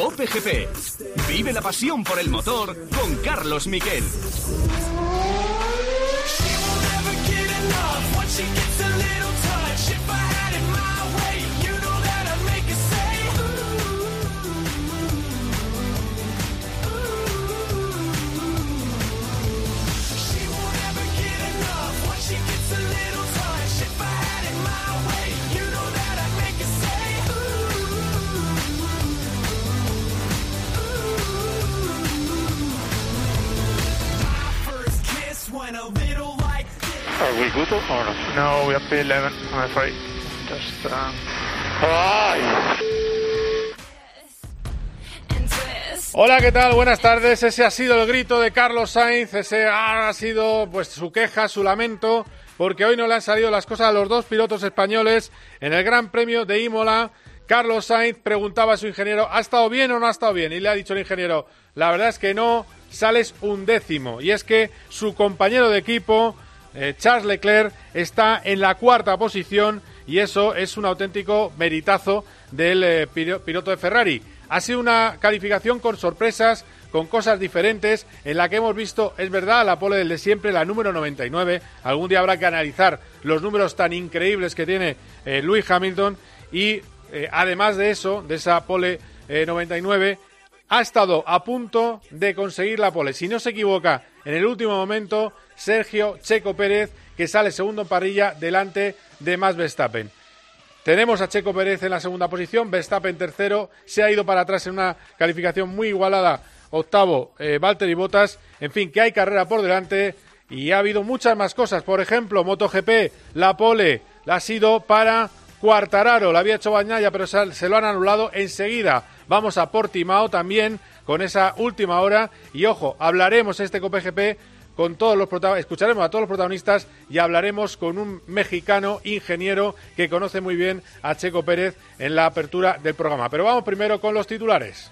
COPE GP. Vive la pasión por el motor con Carlos Miquel. Are we good or not? No, we have P11, I'm afraid. Just, Hola, ¿qué tal? Buenas tardes. Ese ha sido el grito de Carlos Sainz, ese ha sido pues su queja, su lamento, porque hoy no le han salido las cosas a los dos pilotos españoles en el Gran Premio de Imola. Carlos Sainz preguntaba a su ingeniero, ¿ha estado bien o no ha estado bien? Y le ha dicho el ingeniero, la verdad es que no, sales 1º. Y es que su compañero de equipo, Charles Leclerc, está en la 4ª posición y eso es un auténtico meritazo del piloto de Ferrari. Ha sido una calificación con sorpresas, con cosas diferentes, en la que hemos visto, es verdad, la pole del de siempre, la número 99. Algún día habrá que analizar los números tan increíbles que tiene Lewis Hamilton y además de eso, de esa pole 99, ha estado a punto de conseguir la pole. Si no se equivoca, en el último momento, Sergio Checo Pérez, que sale segundo en parrilla delante de Max Verstappen. Tenemos a Checo Pérez en la segunda posición, Verstappen tercero, se ha ido para atrás en una calificación muy igualada, octavo Valtteri Bottas. En fin, que hay carrera por delante y ha habido muchas más cosas. Por ejemplo, MotoGP, la pole la ha sido para Quartararo, la había hecho Bagnaia, pero se lo han anulado enseguida. Vamos a Portimao también con esa última hora y ojo, hablaremos este COPE GP con todos los escucharemos a todos los protagonistas y hablaremos con un mexicano ingeniero que conoce muy bien a Checo Pérez en la apertura del programa. Pero vamos primero con los titulares.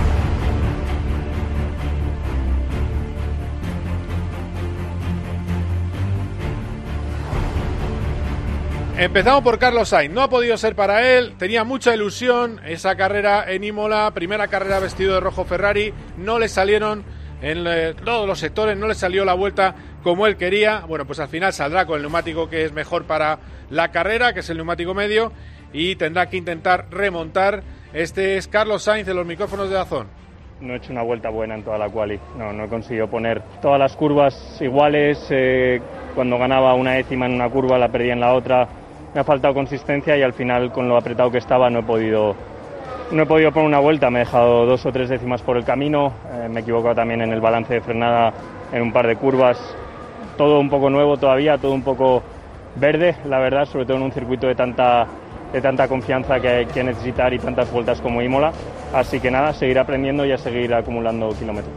Empezamos por Carlos Sainz. No ha podido ser para él, tenía mucha ilusión esa carrera en Imola, primera carrera vestido de rojo Ferrari, no le salieron en todos los sectores, no le salió la vuelta como él quería. Bueno, pues al final saldrá con el neumático que es mejor para la carrera, que es el neumático medio, y tendrá que intentar remontar. Este es Carlos Sainz de los micrófonos de DAZN. No he hecho una vuelta buena en toda la quali, no he conseguido poner todas las curvas iguales, cuando ganaba una décima en una curva la perdía en la otra, me ha faltado consistencia y al final con lo apretado que estaba no he podido poner una vuelta, me he dejado 2 o 3 décimas por el camino, me he equivocado también en el balance de frenada en un par de curvas, todo un poco nuevo todavía, todo un poco verde, la verdad, sobre todo en un circuito de tanta confianza que hay que necesitar y tantas vueltas como Imola, así que nada, seguir aprendiendo y a seguir acumulando kilómetros.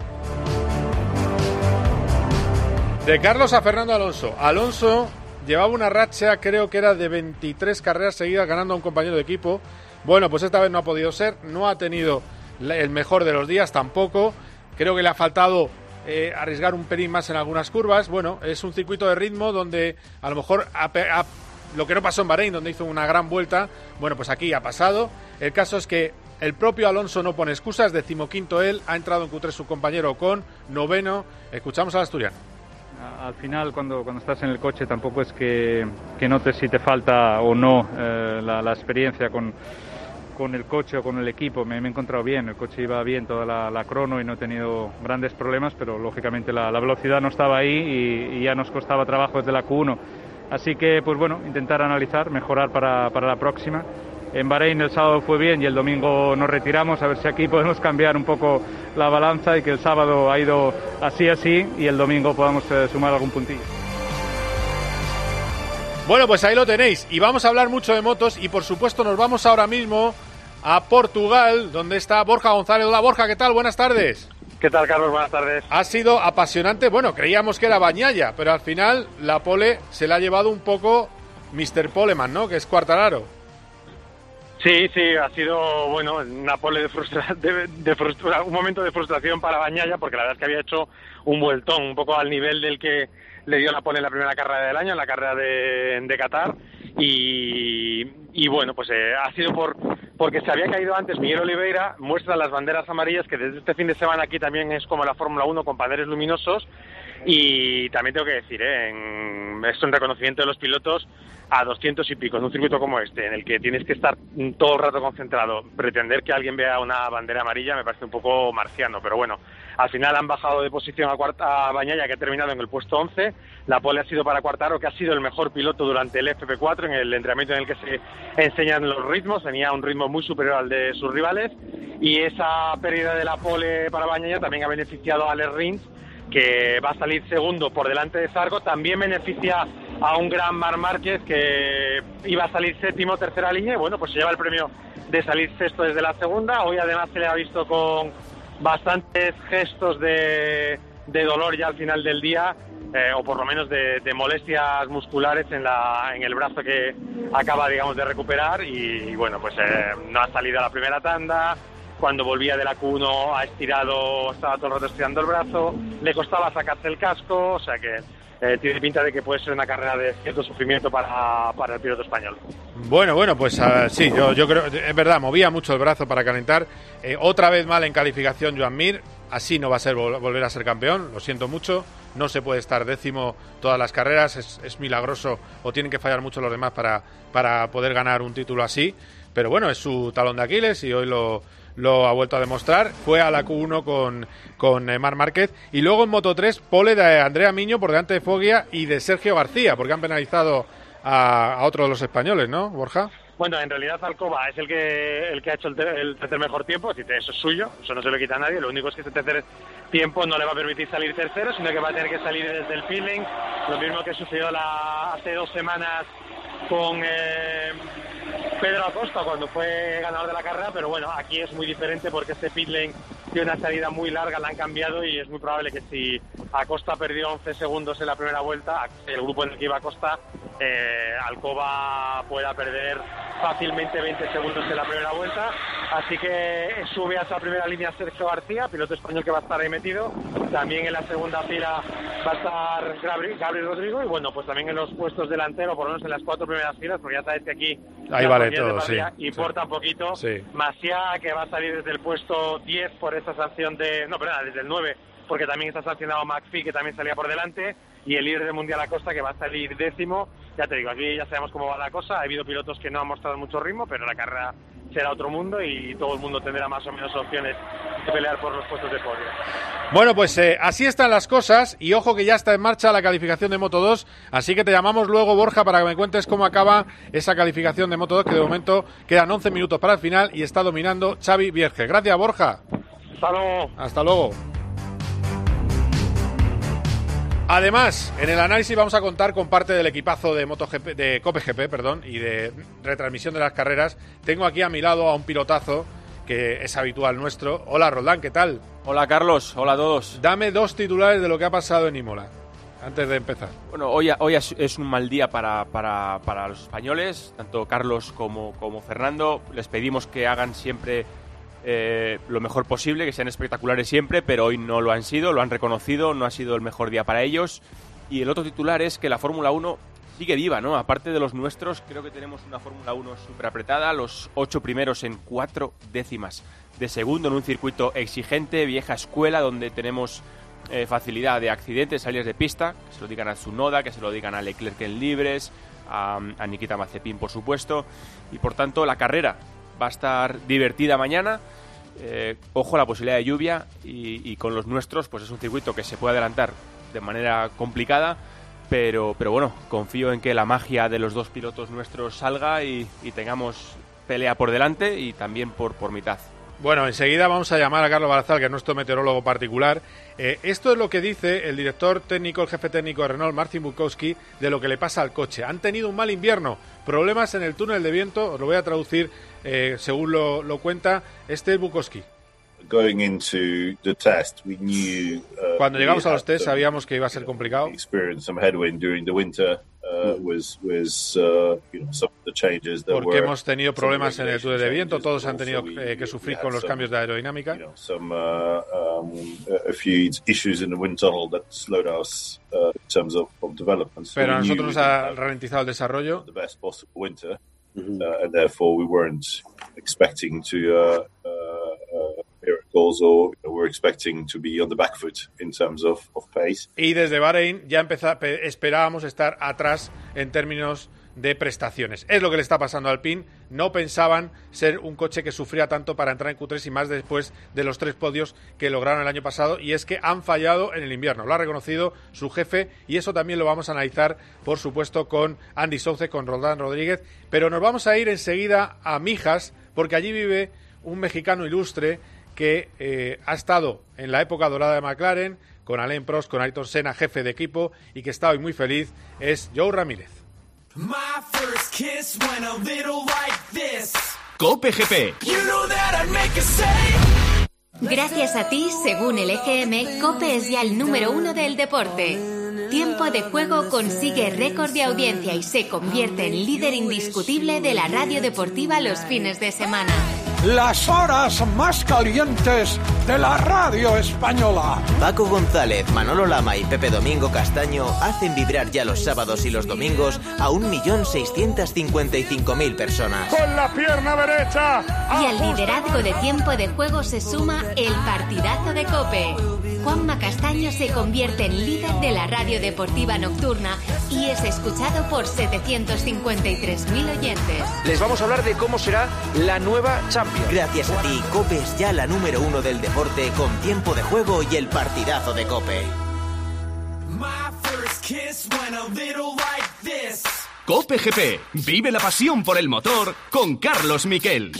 De Carlos a Fernando Alonso. Alonso llevaba una racha, creo que era de 23 carreras seguidas ganando a un compañero de equipo. Bueno, pues esta vez no ha podido ser, no ha tenido el mejor de los días tampoco. Creo que le ha faltado arriesgar un pelín más en algunas curvas. Bueno, es un circuito de ritmo donde a lo mejor lo que no pasó en Bahrein, donde hizo una gran vuelta, bueno, pues aquí ha pasado. El caso es que el propio Alonso no pone excusas, 15º él, ha entrado en Q3 su compañero Ocon, 9º. Escuchamos al asturiano. Al final, cuando estás en el coche, tampoco es que notes si te falta o no la experiencia con el coche o con el equipo. Me he encontrado bien, el coche iba bien toda la crono y no he tenido grandes problemas, pero lógicamente la velocidad no estaba ahí y ya nos costaba trabajo desde la Q1. Así que, pues bueno, intentar analizar, mejorar para la próxima. En Bahrein el sábado fue bien y el domingo nos retiramos, a ver si aquí podemos cambiar un poco la balanza y que el sábado ha ido así y el domingo podamos sumar algún puntillo. Bueno, pues ahí lo tenéis y vamos a hablar mucho de motos y por supuesto nos vamos ahora mismo a Portugal, donde está Borja González. Hola Borja, ¿qué tal? Buenas tardes. ¿Qué tal, Carlos? Buenas tardes. Ha sido apasionante, bueno, creíamos que era Bagnaia, pero al final la pole se la ha llevado un poco Mr. Poleman, ¿no? Que es Quartararo. Sí, ha sido, bueno, una pole un momento de frustración para Bagnaia, porque la verdad es que había hecho un vueltón, un poco al nivel del que le dio la pole en la primera carrera del año, en la carrera de Qatar, y bueno, pues ha sido porque se había caído antes Miguel Oliveira, muestra las banderas amarillas, que desde este fin de semana aquí también es como la Fórmula 1 con paneles luminosos, y también tengo que decir, esto en reconocimiento de los pilotos, a 200 y pico en un circuito como este, en el que tienes que estar todo el rato concentrado, pretender que alguien vea una bandera amarilla me parece un poco marciano, pero bueno, al final han bajado de posición a Bagnaia, que ha terminado en el puesto 11, la pole ha sido para Quartararo, que ha sido el mejor piloto durante el FP4, en el entrenamiento en el que se enseñan los ritmos, tenía un ritmo muy superior al de sus rivales, y esa pérdida de la pole para Bagnaia también ha beneficiado a Alex Rins, que va a salir segundo por delante de Zarco, también beneficia a un gran Marc Márquez que iba a salir séptimo, tercera línea, y bueno, pues se lleva el premio de salir sexto desde la segunda. Hoy además se le ha visto con bastantes gestos de dolor ya al final del día, o por lo menos de molestias musculares en el brazo que acaba, digamos, de recuperar, y bueno, pues no ha salido a la primera tanda. Cuando volvía de la Q1 ha estirado, estaba todo el rato estirando el brazo, le costaba sacarse el casco, o sea que tiene pinta de que puede ser una carrera de cierto sufrimiento para el piloto español. Bueno, pues sí, yo creo, es verdad, movía mucho el brazo para calentar. Otra vez mal en calificación Joan Mir, así no va a ser volver a ser campeón, lo siento mucho, no se puede estar décimo todas las carreras, es milagroso, o tienen que fallar mucho los demás para poder ganar un título así, pero bueno, es su talón de Aquiles y hoy lo ha vuelto a demostrar. Fue a la Q1 con Marc Márquez, y luego en Moto3 pole de Andrea Miño por delante de Foggia y de Sergio García, porque han penalizado a otro de los españoles, ¿no, Borja? Bueno, en realidad Alcoba es el que ha hecho el tercer mejor tiempo, así que eso es suyo, eso no se lo quita a nadie. Lo único es que ese tercer tiempo no le va a permitir salir tercero, sino que va a tener que salir desde el feeling, lo mismo que sucedió hace 2 semanas con Pedro Acosta cuando fue ganador de la carrera, pero bueno, aquí es muy diferente porque este pit lane tiene una salida muy larga, la han cambiado, y es muy probable que si Acosta perdió 11 segundos en la primera vuelta, el grupo en el que iba Acosta, Alcoba pueda perder fácilmente 20 segundos en la primera vuelta, así que sube a esa primera línea Sergio García, piloto español que va a estar ahí metido, también en la segunda fila va a estar Gabriel Rodrigo, y bueno, pues también en los puestos delanteros, por lo menos en las 4 primeras filas, porque ya sabes que aquí ahí vale todo, sí, importa un poquito, sí. Masia, que va a salir desde el puesto 10 por esa sanción desde el 9, porque también está sancionado McPhee, que también salía por delante, y el líder del Mundial Acosta, que va a salir 10º. Ya te digo, aquí ya sabemos cómo va la cosa, ha habido pilotos que no han mostrado mucho ritmo, pero la carrera será otro mundo y todo el mundo tendrá más o menos opciones de pelear por los puestos de podio. Bueno, pues así están las cosas, y ojo que ya está en marcha la calificación de Moto2, así que te llamamos luego, Borja, para que me cuentes cómo acaba esa calificación de Moto2, que de momento quedan 11 minutos para el final y está dominando Xavi Vierge. Gracias, Borja. Hasta luego. Hasta luego. Además, en el análisis vamos a contar con parte del equipazo de MotoGP, de COPE-GP, y de retransmisión de las carreras. Tengo aquí a mi lado a un pilotazo que es habitual nuestro. Hola, Roldán, ¿qué tal? Hola, Carlos. Hola a todos. Dame 2 titulares de lo que ha pasado en Imola, antes de empezar. Bueno, hoy es un mal día para los españoles, tanto Carlos como Fernando. Les pedimos que hagan siempre lo mejor posible, que sean espectaculares siempre, pero hoy no lo han sido, lo han reconocido, no ha sido el mejor día para ellos. Y el otro titular es que la Fórmula 1 sigue viva, ¿no? Aparte de los nuestros, creo que tenemos una Fórmula 1 súper apretada, los 8 primeros en 4 décimas de segundo, en un circuito exigente, vieja escuela, donde tenemos facilidad de accidentes, salidas de pista, que se lo digan a Tsunoda, que se lo digan a Leclerc en libres, a Nikita Mazepin, por supuesto, y por tanto la carrera va a estar divertida mañana. Ojo a la posibilidad de lluvia, y con los nuestros pues es un circuito que se puede adelantar de manera complicada, pero bueno, confío en que la magia de los 2 pilotos nuestros salga y tengamos pelea por delante y también por mitad. Bueno, enseguida vamos a llamar a Carlos Barazal, que es nuestro meteorólogo particular. Esto es lo que dice el director técnico, el jefe técnico de Renault, Marcin Bukowski, de lo que le pasa al coche. Han tenido un mal invierno, problemas en el túnel de viento, os lo voy a traducir según lo cuenta Bukowski. Cuando llegamos a los test sabíamos que iba a ser complicado. Porque hemos tenido problemas en el túnel de viento, todos han tenido que sufrir con los cambios de aerodinámica. Pero a nosotros nos ha ralentizado el desarrollo. And therefore we weren't expecting to miracles, or we're expecting to be on the back foot in terms of pace. Y desde Bahrein ya esperábamos estar atrás en términos de prestaciones. Es lo que le está pasando a Alpine. No pensaban ser un coche que sufría tanto para entrar en Q3 y más después de los 3 podios que lograron el año pasado, y es que han fallado en el invierno. Lo ha reconocido su jefe y eso también lo vamos a analizar, por supuesto, con Andy Soucek, con Roldán Rodríguez. Pero nos vamos a ir enseguida a Mijas, porque allí vive un mexicano ilustre que ha estado en la época dorada de McLaren, con Alain Prost, con Ayrton Senna, jefe de equipo, y que está hoy muy feliz. Es Joe Ramírez. My first kiss went a little like this. Cope GP. You know that I'd make a save. Gracias a ti, según el EGM, COPE es ya el número 1 del deporte. Tiempo de Juego consigue récord de audiencia y se convierte en líder indiscutible de la radio deportiva los fines de semana. Las horas más calientes de la radio española. Paco González, Manolo Lama y Pepe Domingo Castaño hacen vibrar ya los sábados y los domingos a 1.655.000 personas. Con la pierna derecha. Y al liderazgo de Tiempo de Juego se suma el partidazo de COPE. Juanma Castaño se convierte en líder de la radio deportiva nocturna y es escuchado por 753.000 oyentes. Les vamos a hablar de cómo será la nueva Champions. Gracias a ti, COPE es ya la número 1 del deporte, con Tiempo de Juego y el partidazo de COPE. Cope GP. Vive la pasión por el motor con Carlos Miquel.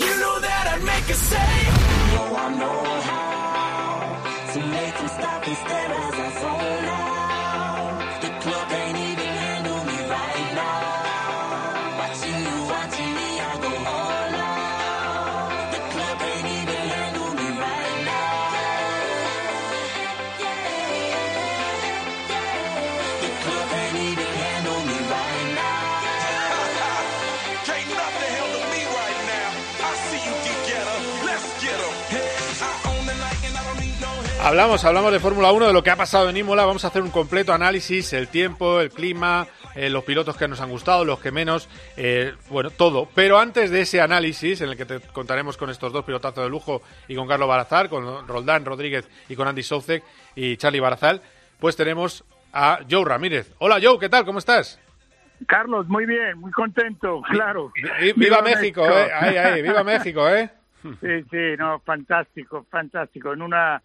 Hablamos de Fórmula 1, de lo que ha pasado en Imola. Vamos a hacer un completo análisis, el tiempo, el clima, los pilotos que nos han gustado, los que menos, bueno, todo. Pero antes de ese análisis, en el que te contaremos con estos dos pilotazos de lujo y con Carlos Barazal, con Roldán Rodríguez y con Andy Soucek y Charlie Barazal, pues tenemos a Joe Ramírez. Hola Joe, ¿qué tal? ¿Cómo estás? Carlos, muy bien, muy contento, claro. ¡Viva México! ¡Ahí, viva México, Sí, no, fantástico. En una...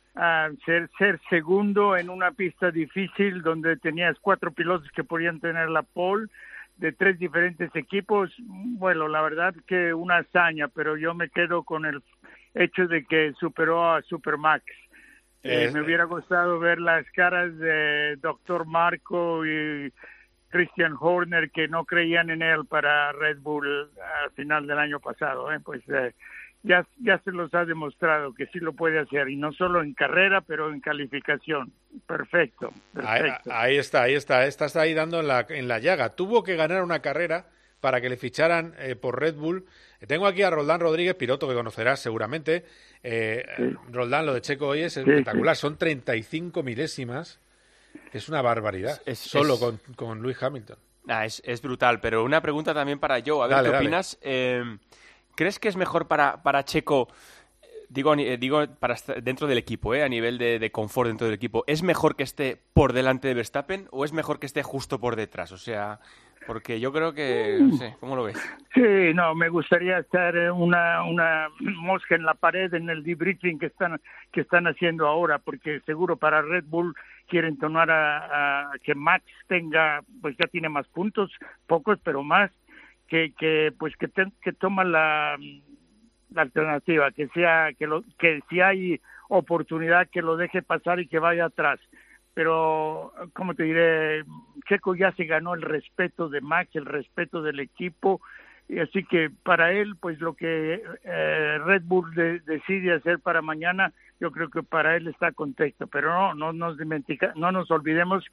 ser segundo en una pista difícil donde tenías 4 pilotos que podían tener la pole de 3 diferentes equipos, bueno, la verdad que una hazaña, pero yo me quedo con el hecho de que superó a Supermax. Me hubiera gustado ver las caras de Dr. Marco y Christian Horner, que no creían en él para Red Bull al final del año pasado, ya se los ha demostrado que sí lo puede hacer, y no solo en carrera, pero en calificación. Perfecto. Ahí está. Estás ahí dando en la llaga. Tuvo que ganar una carrera para que le ficharan por Red Bull. Tengo aquí a Roldán Rodríguez, piloto que conocerás seguramente. Sí. Roldán, lo de Checo hoy es espectacular. Sí. Son 35 milésimas. Es una barbaridad. Solo con Lewis Hamilton. Es brutal, pero una pregunta también para Joe. A ver, ¿qué opinas? ¿Crees que es mejor para Checo, digo para estar dentro del equipo, a nivel de confort dentro del equipo, ¿es mejor que esté por delante de Verstappen o es mejor que esté justo por detrás? O sea, porque yo creo que, no sé, ¿cómo lo ves? Sí, no, me gustaría estar una mosca en la pared en el debriefing que están haciendo ahora, porque seguro para Red Bull quieren tomar a que Max tenga, pues ya tiene más puntos, pocos, pero más. Que toma la alternativa, que si hay oportunidad que lo deje pasar y que vaya atrás. Pero, como te diré, Checo ya se ganó el respeto de Max, el respeto del equipo, y así que para él, pues lo que Red Bull decide hacer para mañana, yo creo que para él está contexto. Pero no nos olvidemos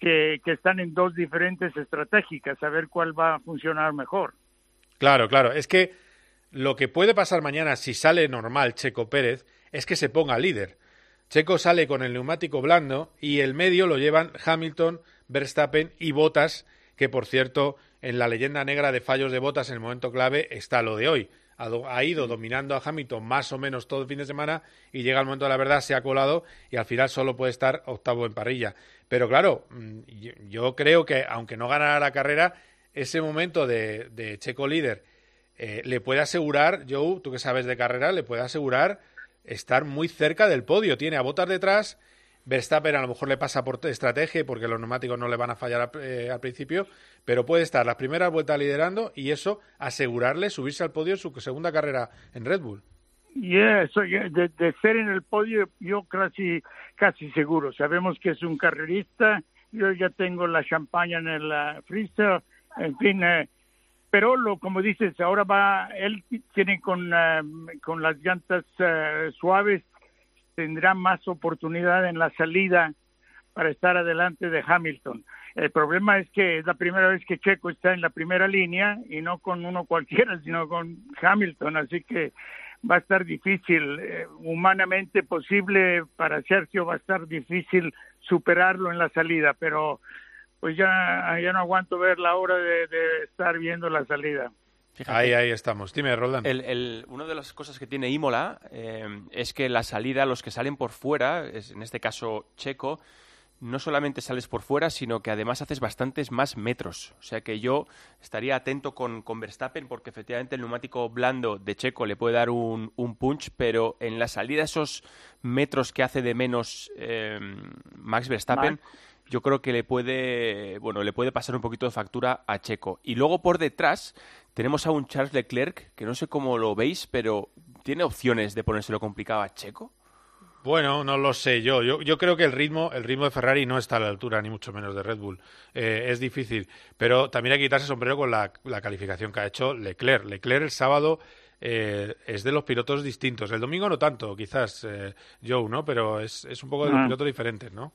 que están en dos diferentes estratégicas, a ver cuál va a funcionar mejor. Claro, es que lo que puede pasar mañana si sale normal Checo Pérez es que se ponga líder. Checo sale con el neumático blando y el medio lo llevan Hamilton, Verstappen y Bottas, que por cierto en la leyenda negra de fallos de Bottas en el momento clave está lo de hoy. Ha ido dominando a Hamilton más o menos todo el fin de semana y llega el momento de la verdad, se ha colado y al final solo puede estar octavo en parrilla. Pero claro, yo creo que aunque no ganara la carrera, ese momento de Checo líder le puede asegurar, Joe, tú que sabes de carrera, le puede asegurar estar muy cerca del podio. Tiene a Bottas detrás, Verstappen a lo mejor le pasa por estrategia porque los neumáticos no le van a fallar al principio, pero puede estar las primeras vueltas liderando y eso asegurarle subirse al podio en su segunda carrera en Red Bull. De ser en el podio yo casi seguro. Sabemos que es un carrerista, yo ya tengo la champaña en el freezer, en fin, pero como dices, ahora él tiene con las llantas suaves, tendrá más oportunidad en la salida para estar adelante de Hamilton. El problema es que es la primera vez que Checo está en la primera línea y no con uno cualquiera, sino con Hamilton, así que va a estar difícil, humanamente posible para Sergio, va a estar difícil superarlo en la salida, pero pues ya no aguanto ver la hora de estar viendo la salida. Fíjate, ahí estamos. Dime, Roldán. Una de las cosas que tiene Imola es que la salida, los que salen por fuera, en este caso Checo, no solamente sales por fuera, sino que además haces bastantes más metros. O sea que yo estaría atento con Verstappen porque efectivamente el neumático blando de Checo le puede dar un punch, pero en la salida esos metros que hace de menos Max Verstappen, yo creo que le puede pasar un poquito de factura a Checo. Y luego por detrás tenemos a un Charles Leclerc, que no sé cómo lo veis, pero ¿tiene opciones de ponérselo complicado a Checo? Bueno, no lo sé yo. Yo creo que el ritmo de Ferrari no está a la altura, ni mucho menos de Red Bull. Es difícil, pero también hay que quitarse el sombrero con la calificación que ha hecho Leclerc. Leclerc el sábado es de los pilotos distintos. El domingo no tanto, quizás, Joe, ¿no? Pero es un poco de los pilotos diferentes, ¿no?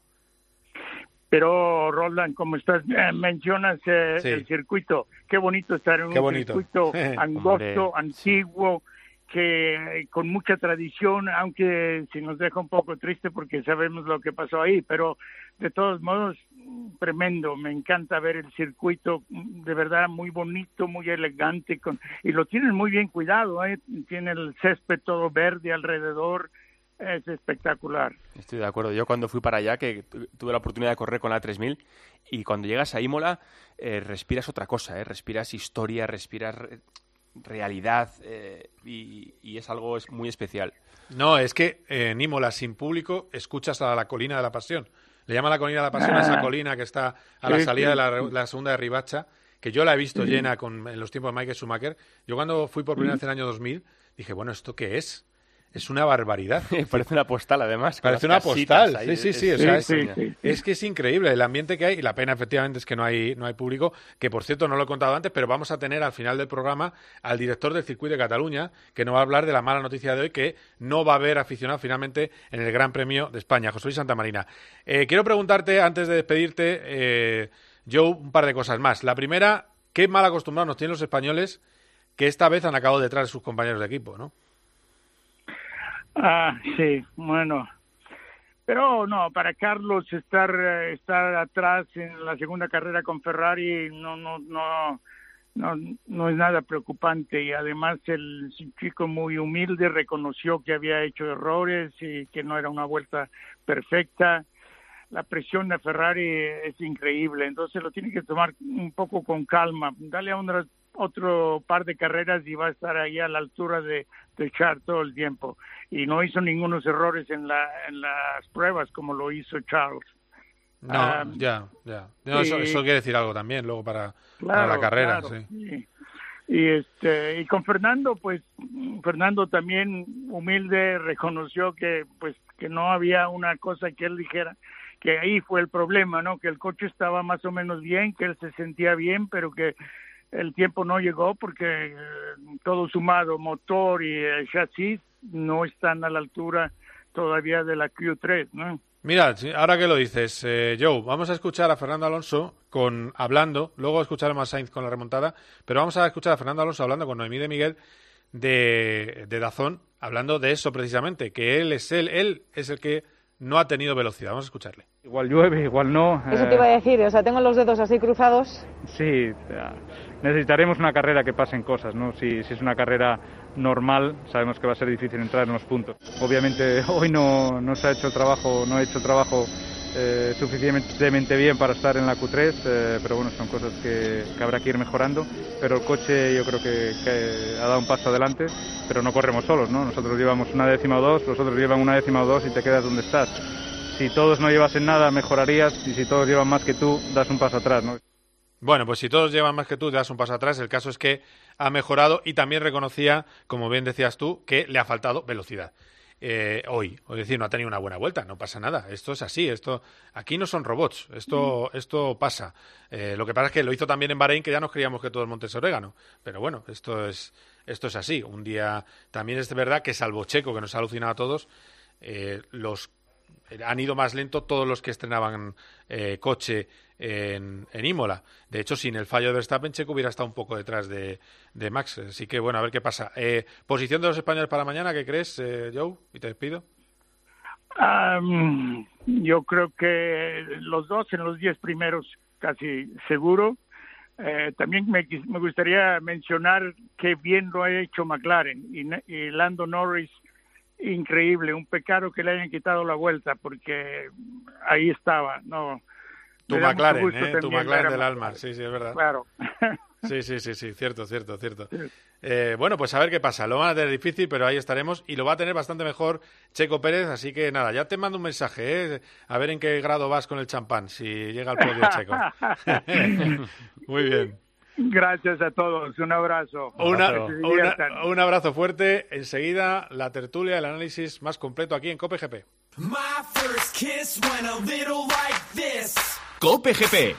Pero, Roland, como mencionas el circuito, qué bonito estar en un circuito angosto, antiguo, que con mucha tradición, aunque si nos deja un poco triste porque sabemos lo que pasó ahí, pero de todos modos, tremendo. Me encanta ver el circuito, de verdad muy bonito, muy elegante, y lo tienen muy bien cuidado, tiene el césped todo verde alrededor. Es espectacular. Estoy de acuerdo. Yo cuando fui para allá, que tuve la oportunidad de correr con la 3000, y cuando llegas a Imola, respiras otra cosa, respiras historia, respiras realidad, y es algo muy especial. No, es que en Imola, sin público, escuchas a la colina de la Pasión. Le llama la colina de la Pasión a esa colina que está a la salida de la segunda de Ribacha, que yo la he visto llena en los tiempos de Michael Schumacher. Yo cuando fui por primera vez en el año 2000, dije, bueno, ¿esto qué es? Es una barbaridad. Parece una postal, además. Parece una postal. Sí. O sea, es que es increíble el ambiente que hay. Y la pena, efectivamente, es que no hay público. Que, por cierto, no lo he contado antes, pero vamos a tener al final del programa al director del Circuito de Cataluña, que nos va a hablar de la mala noticia de hoy, que no va a haber aficionado finalmente en el Gran Premio de España. José Luis Santamarina. Quiero preguntarte, antes de despedirte, Joe, un par de cosas más. La primera, qué mal acostumbrados nos tienen los españoles que esta vez han acabado detrás de sus compañeros de equipo, ¿no? Sí, bueno, pero no, para Carlos estar atrás en la segunda carrera con Ferrari no es nada preocupante, y además el chico muy humilde reconoció que había hecho errores y que no era una vuelta perfecta. La presión de Ferrari es increíble, entonces lo tiene que tomar un poco con calma, dale a otro par de carreras y va a estar ahí a la altura de Charles todo el tiempo. Y no hizo ningunos errores en las pruebas como lo hizo Charles. No, ya. No, eso quiere decir algo también luego para la carrera. Claro, sí. Y con Fernando, pues Fernando también humilde reconoció que no había una cosa que él dijera, que ahí fue el problema, ¿no? Que el coche estaba más o menos bien, que él se sentía bien, pero que el tiempo no llegó porque todo sumado, motor y chasis, no están a la altura todavía de la Q3, ¿no? Mira, ahora que lo dices, Joe, vamos a escuchar a Fernando Alonso hablando, luego escucharemos a Sainz con la remontada, pero vamos a escuchar a Fernando Alonso hablando con Noemí de Miguel de DAZN, hablando de eso precisamente, que él es el que no ha tenido velocidad. Vamos a escucharle. Igual llueve, igual no. Eso te iba a decir, o sea, tengo los dedos así cruzados. Sí, necesitaremos una carrera que pasen cosas, ¿no? Si es una carrera normal, sabemos que va a ser difícil entrar en los puntos. Obviamente hoy no se ha hecho el trabajo, no he hecho el trabajo suficientemente bien para estar en la Q3, pero bueno, son cosas que habrá que ir mejorando. Pero el coche yo creo que ha dado un paso adelante, pero no corremos solos, ¿no? Nosotros llevamos una décima o dos, los otros llevan una décima o dos y te quedas donde estás. Si todos no llevasen nada, mejorarías, y si todos llevan más que tú, das un paso atrás, ¿no? Pues si todos llevan más que tú, das un paso atrás. El caso es que ha mejorado y también reconocía, como bien decías tú, que le ha faltado velocidad. Hoy, es decir, no ha tenido una buena vuelta, no pasa nada, esto es así, aquí no son robots, esto pasa. Lo que pasa es que lo hizo también en Bahrein, que ya nos creíamos que todo el monte es orégano, pero bueno, esto es así. Un día también es de verdad que, salvo Checo, que nos ha alucinado a todos, han ido más lento todos los que estrenaban coche en Imola. De hecho, sin el fallo de Verstappen, Checo hubiera estado un poco detrás de Max. Así que, bueno, a ver qué pasa. Posición de los españoles para mañana, ¿qué crees, Joe? Y te despido. Yo creo que los dos en los 10 primeros, casi seguro. También me gustaría mencionar que bien lo ha hecho McLaren y Lando Norris. Increíble, un pecado que le hayan quitado la vuelta, porque ahí estaba, ¿no? Tu McLaren, tu McLaren del alma, sí, es verdad. Claro. Sí, cierto. Bueno, pues a ver qué pasa. Lo van a tener difícil, pero ahí estaremos, y lo va a tener bastante mejor Checo Pérez, así que nada, ya te mando un mensaje, a ver en qué grado vas con el champán, si llega al podio Checo. Muy bien. Gracias a todos, un abrazo. Un abrazo fuerte. Enseguida la tertulia, el análisis más completo aquí en COPE GP. COPE GP.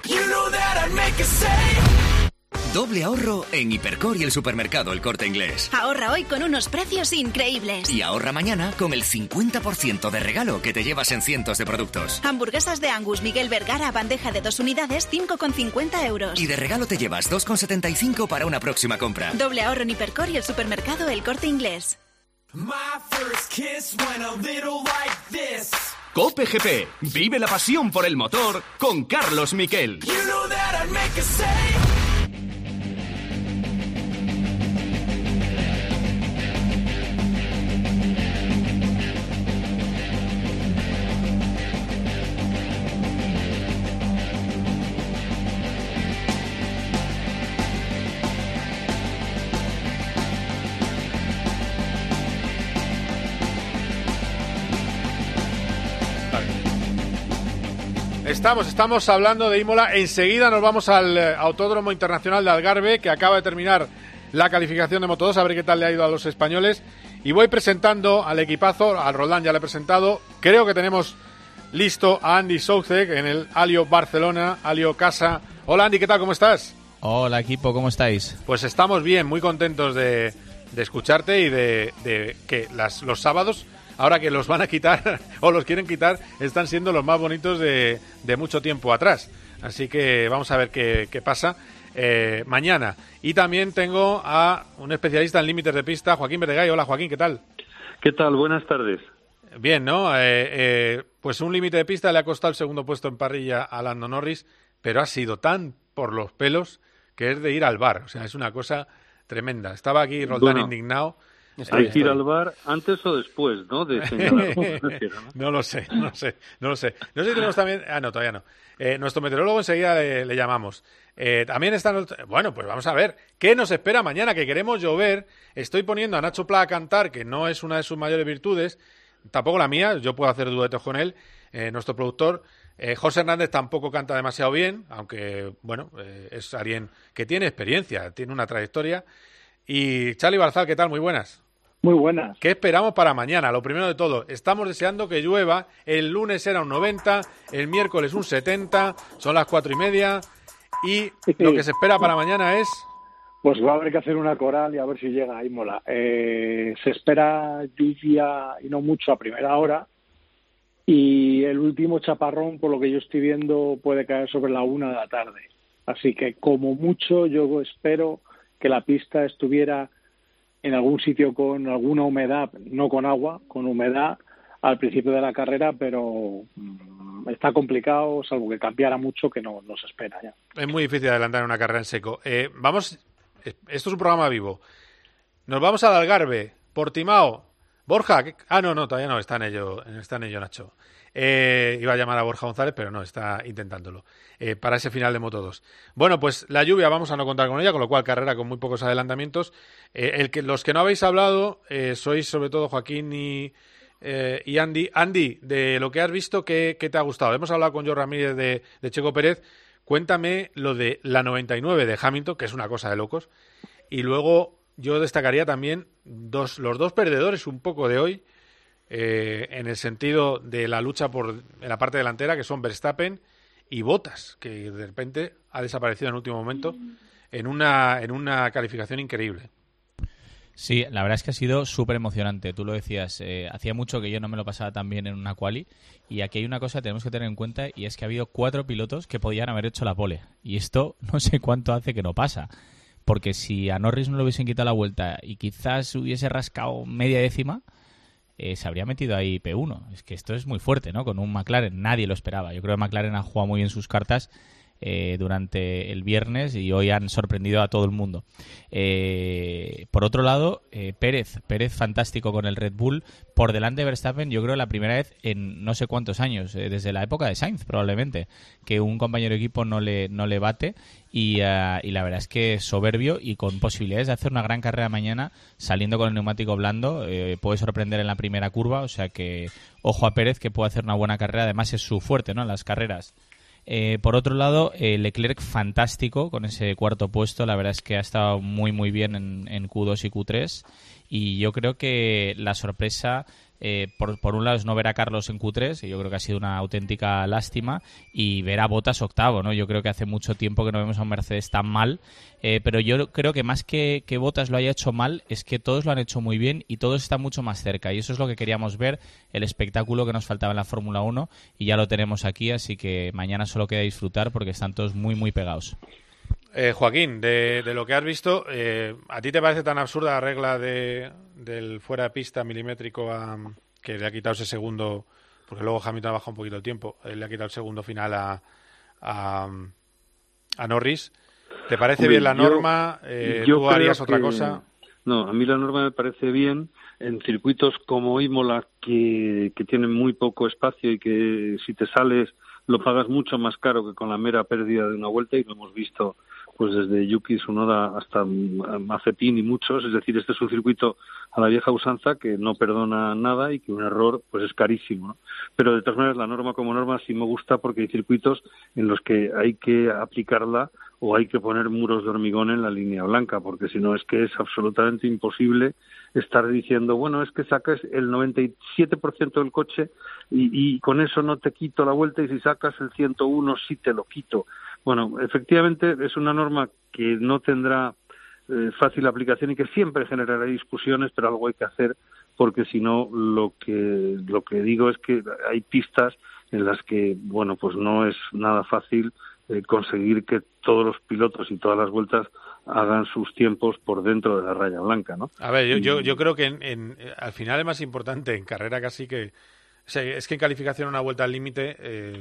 Doble ahorro en Hipercor y el supermercado El Corte Inglés. Ahorra hoy con unos precios increíbles. Y ahorra mañana con el 50% de regalo que te llevas en cientos de productos. Hamburguesas de Angus Miguel Vergara, bandeja de 2 unidades, 5,50 euros. Y de regalo te llevas 2,75 para una próxima compra. Doble ahorro en Hipercor y el supermercado El Corte Inglés. COPE GP. Vive la pasión por el motor con Carlos Miquel. Estamos hablando de Imola. Enseguida nos vamos al Autódromo Internacional de Algarve, que acaba de terminar la calificación de Moto2, a ver qué tal le ha ido a los españoles. Y voy presentando al equipazo. Al Roldán ya le he presentado. Creo que tenemos listo a Andy Soucek en el Alio Barcelona, Alio Casa. Hola Andy, ¿qué tal? ¿Cómo estás? Hola equipo, ¿cómo estáis? Pues estamos bien, muy contentos de escucharte y de que los sábados, ahora que los van a quitar o los quieren quitar, están siendo los más bonitos de mucho tiempo atrás. Así que vamos a ver qué pasa mañana. Y también tengo a un especialista en límites de pista, Joaquín Verdegay. Hola Joaquín, ¿qué tal? ¿Qué tal? Buenas tardes. Bien, ¿no? Pues un límite de pista le ha costado el segundo puesto en parrilla a Lando Norris, pero ha sido tan por los pelos que es de ir al bar. O sea, es una cosa tremenda. Estaba aquí Roldán indignado. Hay que ir al bar antes o después, ¿no? No lo sé. No sé si tenemos también... no, todavía no. Nuestro meteorólogo enseguida le llamamos. También están... Bueno, pues vamos a ver. ¿Qué nos espera mañana? Que queremos llover. Estoy poniendo a Nacho Pla a cantar, que no es una de sus mayores virtudes. Tampoco la mía. Yo puedo hacer duetos con él. Nuestro productor... José Hernández tampoco canta demasiado bien, aunque, bueno, es alguien que tiene experiencia, tiene una trayectoria. Y Charly Barzal, ¿qué tal? Muy buenas. Muy buenas. ¿Qué esperamos para mañana? Lo primero de todo, estamos deseando que llueva. El lunes era un 90, el miércoles un 70, son las 4:30. Y lo que se espera para mañana es... Pues va a haber que hacer una coral y a ver si llega a Imola. Se espera lluvia y no mucho a primera hora. y el último chaparrón, por lo que yo estoy viendo, puede caer sobre la 1 de la tarde. Así que como mucho yo espero que la pista estuviera en algún sitio con alguna humedad, no con agua, con humedad al principio de la carrera, pero está complicado, salvo que cambiara mucho, que no se espera ya. Es muy difícil adelantar una carrera en seco. Vamos, esto es un programa vivo. Nos vamos al Algarve, Portimao, Borja. No, todavía no, está en ello Nacho. Iba a llamar a Borja González, pero no, está intentándolo, para ese final de Moto2. Bueno, pues la lluvia vamos a no contar con ella, con lo cual carrera con muy pocos adelantamientos. Los que no habéis hablado sois sobre todo Joaquín y Andy. Andy, de lo que has visto, ¿qué te ha gustado? Hemos hablado con Joe Ramírez de Checo Pérez. Cuéntame lo de la 99 de Hamilton, que es una cosa de locos. Y luego yo destacaría también los dos perdedores un poco de hoy, en el sentido de la lucha en la parte delantera, que son Verstappen y Bottas, que de repente ha desaparecido en el último momento en una calificación increíble. Sí, la verdad es que ha sido súper emocionante. Tú lo decías, hacía mucho que yo no me lo pasaba tan bien en una quali, y aquí hay una cosa que tenemos que tener en cuenta, y es que ha habido 4 pilotos que podían haber hecho la pole, y esto no sé cuánto hace que no pasa, porque si a Norris no le hubiesen quitado la vuelta y quizás hubiese rascado media décima, se habría metido ahí P1. Es que esto es muy fuerte, ¿no? Con un McLaren, nadie lo esperaba. Yo creo que McLaren ha jugado muy bien sus cartas durante el viernes, y hoy han sorprendido a todo el mundo. Por otro lado, Pérez fantástico con el Red Bull, por delante de Verstappen, yo creo la primera vez en no sé cuántos años, desde la época de Sainz probablemente, que un compañero de equipo no le bate, y la verdad es que soberbio y con posibilidades de hacer una gran carrera mañana saliendo con el neumático blando. Puede sorprender en la primera curva, o sea que ojo a Pérez, que puede hacer una buena carrera, además es su fuerte, ¿no?, en las carreras. Por otro lado, Leclerc fantástico con ese cuarto puesto. La verdad es que ha estado muy muy bien en Q2 y Q3, y yo creo que la sorpresa, por un lado, es no ver a Carlos en Q3, y yo creo que ha sido una auténtica lástima, y ver a Bottas octavo, ¿no? Yo creo que hace mucho tiempo que no vemos a un Mercedes tan mal, pero yo creo que más que Bottas lo haya hecho mal, es que todos lo han hecho muy bien y todos están mucho más cerca, y eso es lo que queríamos ver, el espectáculo que nos faltaba en la Fórmula 1, y ya lo tenemos aquí, así que mañana solo queda disfrutar porque están todos muy muy pegados. Joaquín, de lo que has visto, ¿a ti te parece tan absurda la regla del fuera de pista milimétrico que le ha quitado ese segundo? Porque luego Hamilton ha bajado un poquito el tiempo, le ha quitado el segundo final a Norris. ¿Te parece bien la norma? ¿Tú harías otra cosa? No, a mí la norma me parece bien en circuitos como Imola, que tienen muy poco espacio y que si te sales lo pagas mucho más caro que con la mera pérdida de una vuelta, y lo hemos visto pues desde Yuki Tsunoda hasta Mazepin y muchos. Es decir, este es un circuito a la vieja usanza que no perdona nada y que un error pues es carísimo, ¿no? Pero de todas maneras la norma como norma sí me gusta, porque hay circuitos en los que hay que aplicarla o hay que poner muros de hormigón en la línea blanca, porque si no es que es absolutamente imposible estar diciendo, bueno, es que sacas el 97% del coche y con eso no te quito la vuelta, y si sacas el 101 sí te lo quito. Bueno, efectivamente es una norma que no tendrá fácil aplicación y que siempre generará discusiones, pero algo hay que hacer, porque si no lo que digo es que hay pistas en las que, bueno, pues no es nada fácil conseguir que todos los pilotos y todas las vueltas hagan sus tiempos por dentro de la raya blanca, ¿no? A ver, yo creo que al final es más importante en carrera casi que... O sea, es que en calificación una vuelta al límite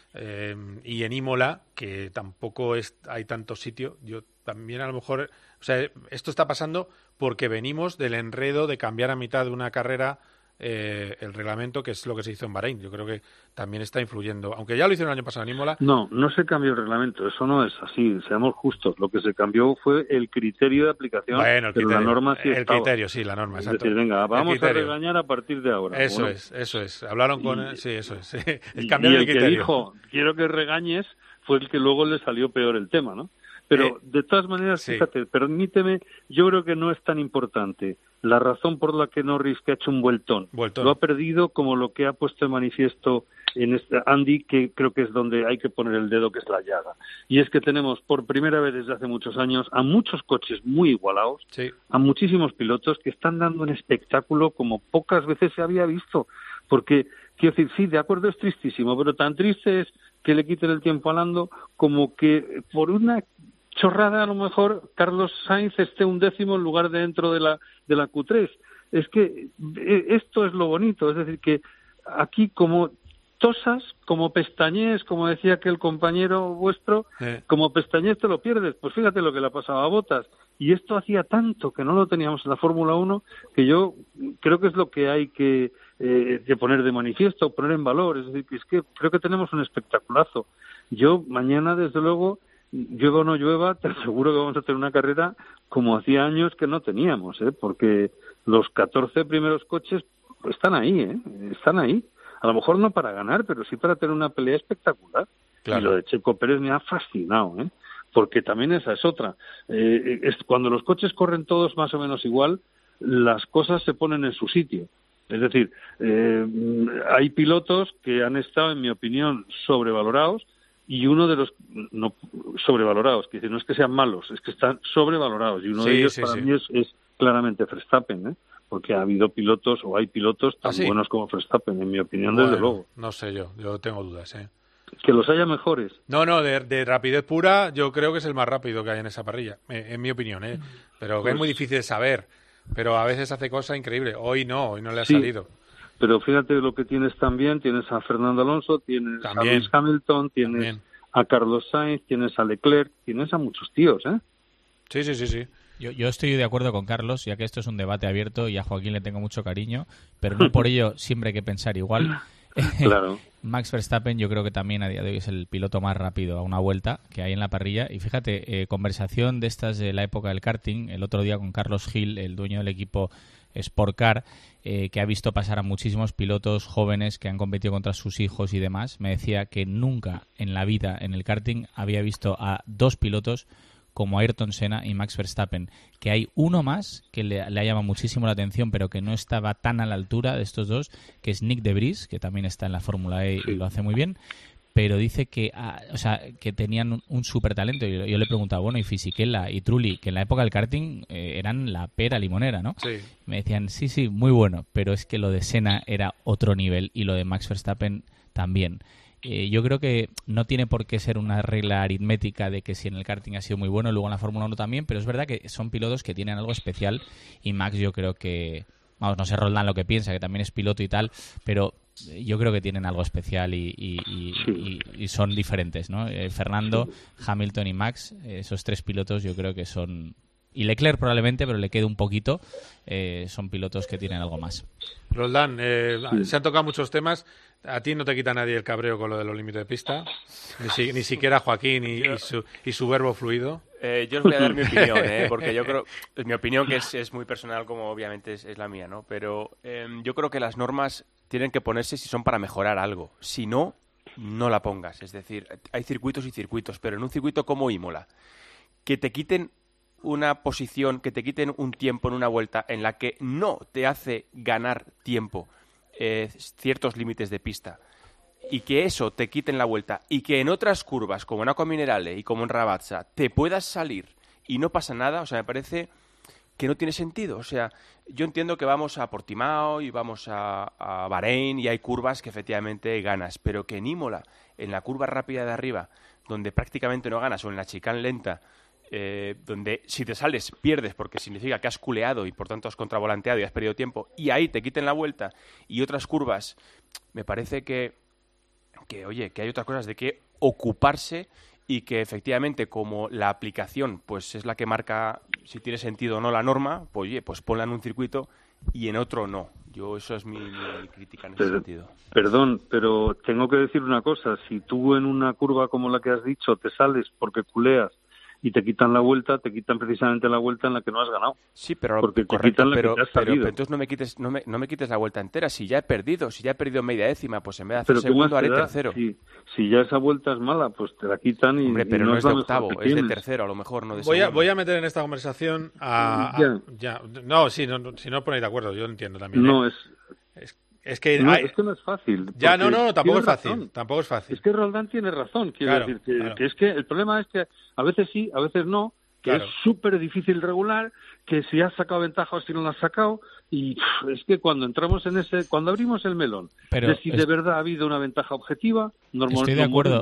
y en Imola, que tampoco hay tanto sitio, yo también a lo mejor... O sea, esto está pasando porque venimos del enredo de cambiar a mitad de una carrera el reglamento, que es lo que se hizo en Bahrein. Yo creo que también está influyendo, aunque ya lo hicieron el año pasado en Imola. No se cambió el reglamento, eso no es así, seamos justos. Lo que se cambió fue el criterio de aplicación, pero la norma sí estaba. El criterio, sí, la norma, exacto. Es decir, venga, vamos a regañar a partir de ahora. Eso es. Hablaron con... Sí, eso es. El que dijo, quiero que regañes, fue el que luego le salió peor el tema, ¿no? Pero de todas maneras, sí. Fíjate, permíteme, yo creo que no es tan importante la razón por la que Norris, que ha hecho un vueltón, lo ha perdido, como lo que ha puesto en manifiesto en Andy, que creo que es donde hay que poner el dedo, que es la llaga. Y es que tenemos por primera vez desde hace muchos años a muchos coches muy igualados, a muchísimos pilotos que están dando un espectáculo como pocas veces se había visto, porque Quiero decir, sí, de acuerdo, es tristísimo, pero tan triste es que le quiten el tiempo a Lando como que por una chorrada a lo mejor Carlos Sainz esté 1/10 en lugar de dentro de la Q3. Es que esto es lo bonito, es decir, que aquí como tosas, como pestañees, como decía aquel compañero vuestro, como pestañees te lo pierdes. Pues fíjate lo que le ha pasado a Bottas. Y esto hacía tanto que no lo teníamos en la Fórmula 1 que yo creo que es lo que hay que poner de manifiesto, poner en valor. Es decir, que es que creo que tenemos un espectaculazo. Yo mañana, desde luego, llueva o no llueva, te aseguro que vamos a tener una carrera como hacía años que no teníamos, porque los 14 primeros coches están ahí, están ahí. A lo mejor no para ganar, pero sí para tener una pelea espectacular. Claro. Y lo de Checo Pérez me ha fascinado, porque también esa es otra. Cuando los coches corren todos más o menos igual, las cosas se ponen en su sitio. Es decir, hay pilotos que han estado, en mi opinión, sobrevalorados, y uno de los no sobrevalorados, que no es que sean malos, es que están sobrevalorados, y uno de ellos para mí es claramente Verstappen, porque ha habido pilotos, o hay pilotos tan buenos como Verstappen, en mi opinión, desde luego. No sé yo tengo dudas, Que los haya mejores. No, de rapidez pura, yo creo que es el más rápido que hay en esa parrilla, en mi opinión, pero que es muy difícil de saber, pero a veces hace cosas increíbles. Hoy no le ha salido. Pero fíjate lo que tienes también, tienes a Fernando Alonso, tienes a Lewis Hamilton, tienes a Carlos Sainz, tienes a Leclerc, tienes a muchos tíos, Sí. Yo estoy de acuerdo con Carlos, ya que esto es un debate abierto y a Joaquín le tengo mucho cariño, pero no por ello siempre hay que pensar igual. Claro. Max Verstappen yo creo que también a día de hoy es el piloto más rápido a una vuelta que hay en la parrilla. Y fíjate, conversación de estas de la época del karting, el otro día con Carlos Gil, el dueño del equipo Sport Car, que ha visto pasar a muchísimos pilotos jóvenes que han competido contra sus hijos y demás, me decía que nunca en la vida en el karting había visto a dos pilotos como Ayrton Senna y Max Verstappen, que hay uno más que le ha llamado muchísimo la atención, pero que no estaba tan a la altura de estos dos, que es Nick de Vries, que también está en la Fórmula E y lo hace muy bien, pero dice que que tenían un súper talento. Yo le preguntaba, bueno, y Fisichella y Trulli, que en la época del karting eran la pera limonera, ¿no? Sí. Me decían, sí, muy bueno, pero es que lo de Senna era otro nivel y lo de Max Verstappen también. Yo creo que no tiene por qué ser una regla aritmética de que si en el karting ha sido muy bueno, luego en la Fórmula 1 también, pero es verdad que son pilotos que tienen algo especial y Max yo creo que, vamos, no sé Roldán lo que piensa, que también es piloto y tal, pero yo creo que tienen algo especial y son diferentes, ¿no? Fernando, Hamilton y Max, esos tres pilotos yo creo que son... Y Leclerc probablemente, pero le queda un poquito. Son pilotos que tienen algo más. Roldán, se han tocado muchos temas. ¿A ti no te quita nadie el cabreo con lo de los límites de pista? Ni siquiera Joaquín y su verbo fluido. Yo os voy a dar mi opinión, porque yo creo... Mi opinión, que es muy personal, como obviamente es la mía, ¿no? Pero yo creo que las normas tienen que ponerse si son para mejorar algo. Si no, no la pongas. Es decir, hay circuitos y circuitos, pero en un circuito como Imola, que te quiten una posición, que te quiten un tiempo en una vuelta en la que no te hace ganar tiempo ciertos límites de pista, y que eso te quiten la vuelta, y que en otras curvas, como en Acqua Minerale y como en Rabazza, te puedas salir y no pasa nada, o sea, me parece que no tiene sentido. O sea, yo entiendo que vamos a Portimao y vamos a Bahrein y hay curvas que efectivamente ganas, pero que en Imola, en la curva rápida de arriba, donde prácticamente no ganas, o en la chicane lenta, donde si te sales pierdes porque significa que has culeado y por tanto has contravolanteado y has perdido tiempo, y ahí te quiten la vuelta, y otras curvas, me parece que hay otras cosas de que ocuparse, y que efectivamente, como la aplicación pues es la que marca si tiene sentido o no la norma, pues oye, pues ponla en un circuito y en otro no. Eso es mi crítica en ese sentido. Perdón, pero tengo que decir una cosa: si tú en una curva como la que has dicho te sales porque culeas y te quitan la vuelta, te quitan precisamente la vuelta en la que no has ganado. Sí, pero porque correcto, pero entonces no me quites la vuelta entera. Si ya he perdido media décima, pues en vez de hacer segundo haré tercero. Si ya esa vuelta es mala, pues te la quitan y... Hombre, pero no es de octavo, es de tercero, a lo mejor, no de segundo. Voy a meter en esta conversación si no ponéis de acuerdo, yo entiendo también. No, es que es que no es fácil. Ya, tampoco es fácil. Tampoco es fácil. Es que Roldán tiene razón. Quiero decir que es que el problema es que a veces sí, a veces no, que es súper difícil regular, que si has sacado ventaja o si no la has sacado, Y es que cuando entramos cuando abrimos el melón, de si de verdad ha habido una ventaja objetiva, Estoy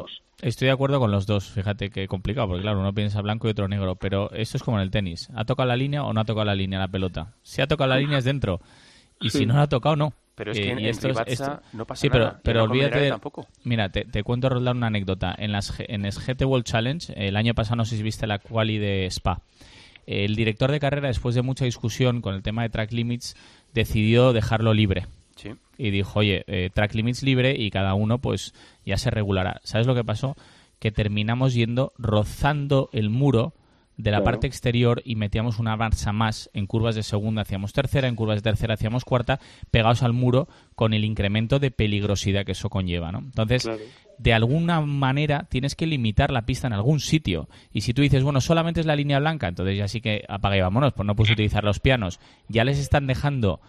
de acuerdo con los dos. Fíjate qué complicado, porque claro, uno piensa blanco y otro negro, pero esto es como en el tenis. ¿Ha tocado la línea o no ha tocado la línea la pelota? Si ha tocado la línea es dentro, y si no la ha tocado, no. Pero es que en Rivazza no pasa nada. Sí, pero olvídate tampoco. Mira, te cuento, Roldán, una anécdota. En el GT World Challenge, el año pasado, no sé si viste la quali de Spa. El director de carrera, después de mucha discusión con el tema de track limits, decidió dejarlo libre. Sí. Y dijo, oye, track limits libre y cada uno pues ya se regulará. ¿Sabes lo que pasó? Que terminamos yendo rozando el muro de la parte exterior y metíamos una marcha más. En curvas de segunda hacíamos tercera, en curvas de tercera hacíamos cuarta, pegados al muro con el incremento de peligrosidad que eso conlleva, ¿no? Entonces, de alguna manera tienes que limitar la pista en algún sitio. Y si tú dices, bueno, solamente es la línea blanca, entonces ya sí que apaga y vámonos, pues no puedes utilizar los pianos. Ya les están dejando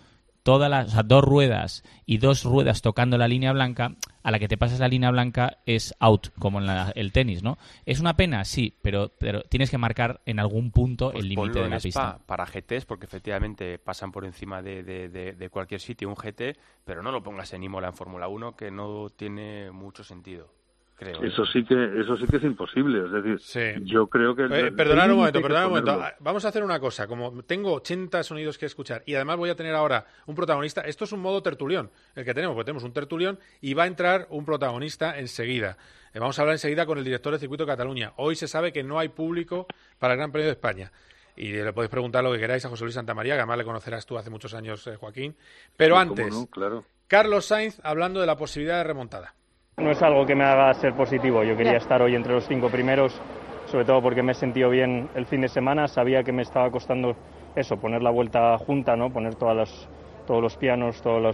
dos ruedas y 2 ruedas tocando la línea blanca. A la que te pasas la línea blanca es out, como en el tenis, ¿no? Es una pena, sí, pero tienes que marcar en algún punto el límite de la pista. Para GTs, porque efectivamente pasan por encima de cualquier sitio un GT, pero no lo pongas en Imola en Fórmula 1, que no tiene mucho sentido. Creo. Eso sí que es imposible. Es decir, yo creo que... Perdonad un momento. Vamos a hacer una cosa. Como tengo 80 sonidos que escuchar y además voy a tener ahora un protagonista, esto es un modo tertulión, el que tenemos, porque tenemos un tertulión y va a entrar un protagonista enseguida. Vamos a hablar enseguida con el director del Circuito de Cataluña. Hoy se sabe que no hay público para el Gran Premio de España. Y le podéis preguntar lo que queráis a José Luis Santamaría, que además le conocerás tú hace muchos años, Joaquín. Pero antes, no, claro. Carlos Sainz hablando de la posibilidad de remontada. No es algo que me haga ser positivo. Yo quería estar hoy entre los 5 primeros, sobre todo porque me he sentido bien el fin de semana. Sabía que me estaba costando eso, poner la vuelta junta, ¿no? Poner todos los pianos, todas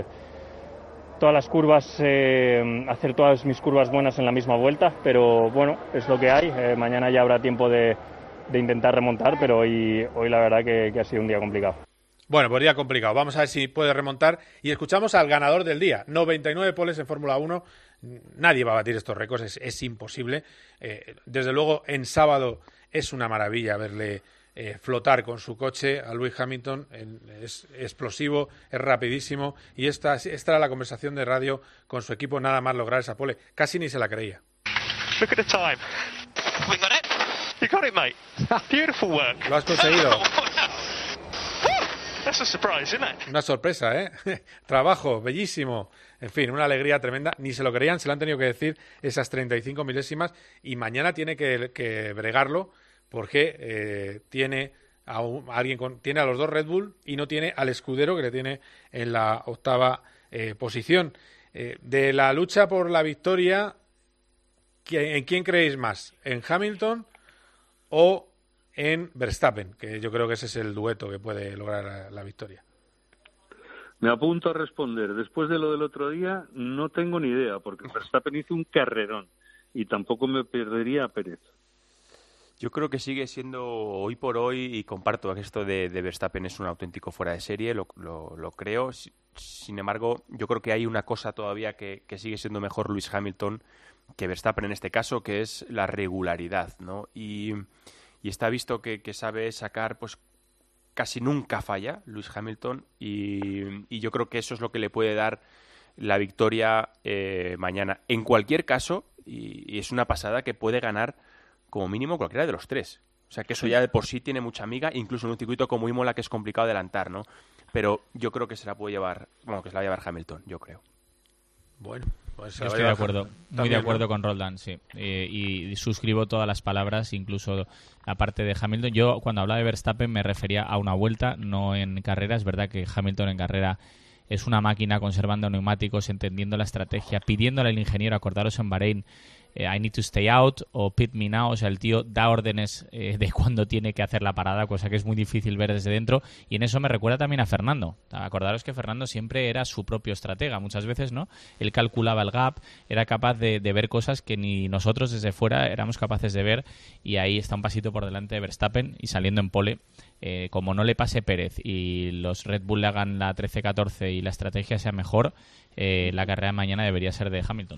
las curvas, hacer todas mis curvas buenas en la misma vuelta. Pero bueno, es lo que hay. Mañana ya habrá tiempo de intentar remontar, pero hoy la verdad que ha sido un día complicado. Bueno, pues día complicado. Vamos a ver si puede remontar. Y escuchamos al ganador del día. 99 poles en Fórmula 1. Nadie va a batir estos récords. Es imposible. Desde luego, en sábado es una maravilla verle flotar con su coche a Lewis Hamilton. Es explosivo, es rapidísimo. Y esta era la conversación de radio con su equipo, nada más lograr esa pole. Casi ni se la creía. Look at the time. We got it. You got it, mate. Beautiful work. Lo has conseguido. That's a surprise, isn't it? Una sorpresa, ¿eh? Trabajo, bellísimo. En fin, una alegría tremenda. Ni se lo creían, se lo han tenido que decir esas 35 milésimas. Y mañana tiene que bregarlo porque tiene tiene a los 2 Red Bull y no tiene al escudero que le tiene en la 8ª posición. De la lucha por la victoria, ¿en quién creéis más? ¿En Hamilton o en Verstappen? Que yo creo que ese es el dueto que puede lograr la victoria. Me apunto a responder. Después de lo del otro día, no tengo ni idea, porque Verstappen hizo un carrerón y tampoco me perdería a Pérez. Yo creo que sigue siendo hoy por hoy, y comparto que esto de Verstappen es un auténtico fuera de serie, lo creo. Sin embargo, yo creo que hay una cosa todavía que sigue siendo mejor Lewis Hamilton que Verstappen en este caso, que es la regularidad, ¿no? Y está visto que sabe sacar, pues casi nunca falla Lewis Hamilton, y yo creo que eso es lo que le puede dar la victoria mañana. En cualquier caso, y es una pasada, que puede ganar como mínimo cualquiera de los 3. O sea que eso ya de por sí tiene mucha miga, incluso en un circuito como Imola, que es complicado adelantar, ¿no? Pero yo creo que se la puede llevar, que se la va a llevar Hamilton, yo creo. Bueno, pues yo estoy de acuerdo, muy de acuerdo con Roldán, sí. Y suscribo todas las palabras, incluso la parte de Hamilton. Yo, cuando hablaba de Verstappen, me refería a una vuelta, no en carrera. Es verdad que Hamilton en carrera es una máquina, conservando neumáticos, entendiendo la estrategia, pidiéndole al ingeniero, acordaros en Bahrein, I need to stay out o pit me now. O sea, el tío da órdenes de cuándo tiene que hacer la parada, cosa que es muy difícil ver desde dentro. Y en eso me recuerda también a Fernando. Acordaros que Fernando siempre era su propio estratega, muchas veces, ¿no? Él calculaba el gap, era capaz de ver cosas que ni nosotros desde fuera éramos capaces de ver, y ahí está un pasito por delante de Verstappen y saliendo en pole. Como no le pase Pérez y los Red Bull le hagan la 13-14 y la estrategia sea mejor, la carrera de mañana debería ser de Hamilton.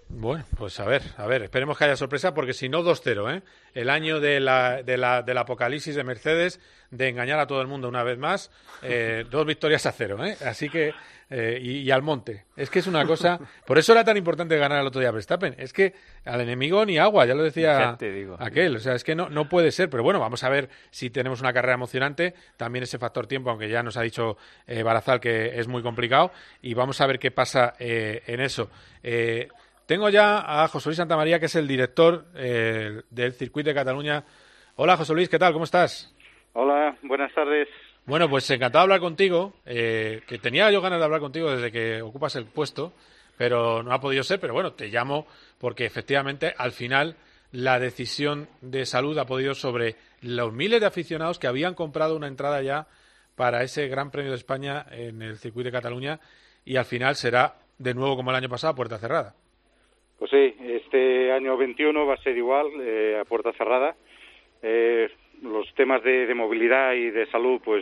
Bueno, pues a ver, esperemos que haya sorpresa, porque si no, 2-0, ¿eh? El año del apocalipsis de Mercedes, de engañar a todo el mundo una vez más, 2 victorias a 0, ¿eh? Así que, y al monte. Es que es una cosa, por eso era tan importante ganar el otro día Verstappen, es que al enemigo ni agua, ya lo decía aquel, o sea, es que no puede ser, pero bueno, vamos a ver si tenemos una carrera emocionante, también ese factor tiempo, aunque ya nos ha dicho Barazal que es muy complicado, y vamos a ver qué pasa en eso. Tengo ya a José Luis Santamaría, que es el director del Circuito de Cataluña. Hola, José Luis, ¿qué tal? ¿Cómo estás? Hola, buenas tardes. Bueno, pues encantado de hablar contigo, que tenía yo ganas de hablar contigo desde que ocupas el puesto, pero no ha podido ser, pero bueno, te llamo porque efectivamente al final la decisión de Salud ha podido sobre los miles de aficionados que habían comprado una entrada ya para ese Gran Premio de España en el Circuito de Cataluña, y al final será de nuevo como el año pasado, a puerta cerrada. Pues sí, este año 21 va a ser igual, a puerta cerrada. Los temas de movilidad y de salud pues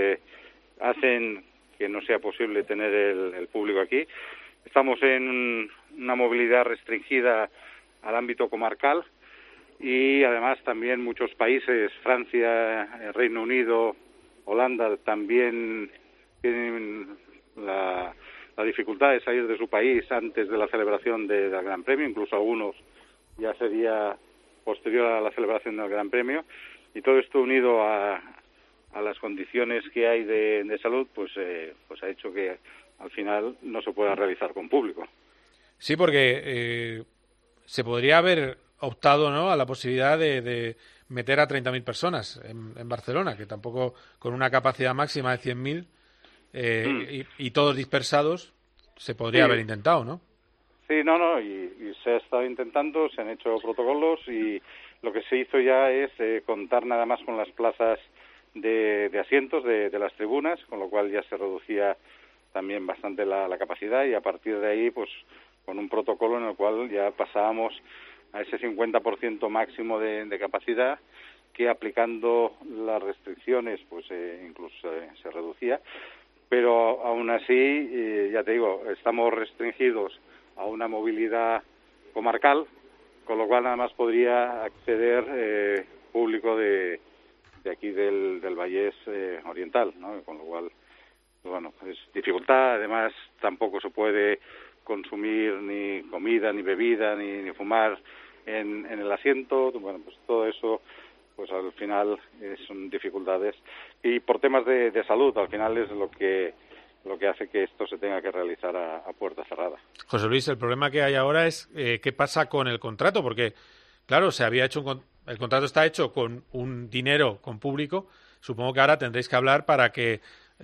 hacen que no sea posible tener el público aquí. Estamos en una movilidad restringida al ámbito comarcal, y además también muchos países, Francia, Reino Unido, Holanda, también tienen la dificultad de salir de su país antes de la celebración del Gran Premio, incluso algunos ya sería posterior a la celebración del Gran Premio, y todo esto unido a las condiciones que hay de salud, pues ha hecho que al final no se pueda realizar con público. Sí, porque se podría haber optado, ¿no?, a la posibilidad de meter a 30.000 personas en Barcelona, que tampoco, con una capacidad máxima de 100.000, y todos dispersados, se podría haber intentado, ¿no? Sí, y se ha estado intentando, se han hecho protocolos, y lo que se hizo ya es contar nada más con las plazas de asientos de las tribunas, con lo cual ya se reducía también bastante la capacidad, y a partir de ahí, pues con un protocolo en el cual ya pasábamos a ese 50% máximo de capacidad, que aplicando las restricciones pues incluso se reducía. Pero aún así, ya te digo, estamos restringidos a una movilidad comarcal, con lo cual nada más podría acceder público de aquí del Vallés Oriental, ¿no? Con lo cual, pues bueno, es dificultad. Además, tampoco se puede consumir ni comida, ni bebida, ni fumar en el asiento. Bueno, pues todo eso, pues al final son dificultades, y por temas de salud al final es lo que hace que esto se tenga que realizar a puerta cerrada. José Luis, el problema que hay ahora es qué pasa con el contrato, porque claro, se había hecho el contrato está hecho con un dinero con público. Supongo que ahora tendréis que hablar para que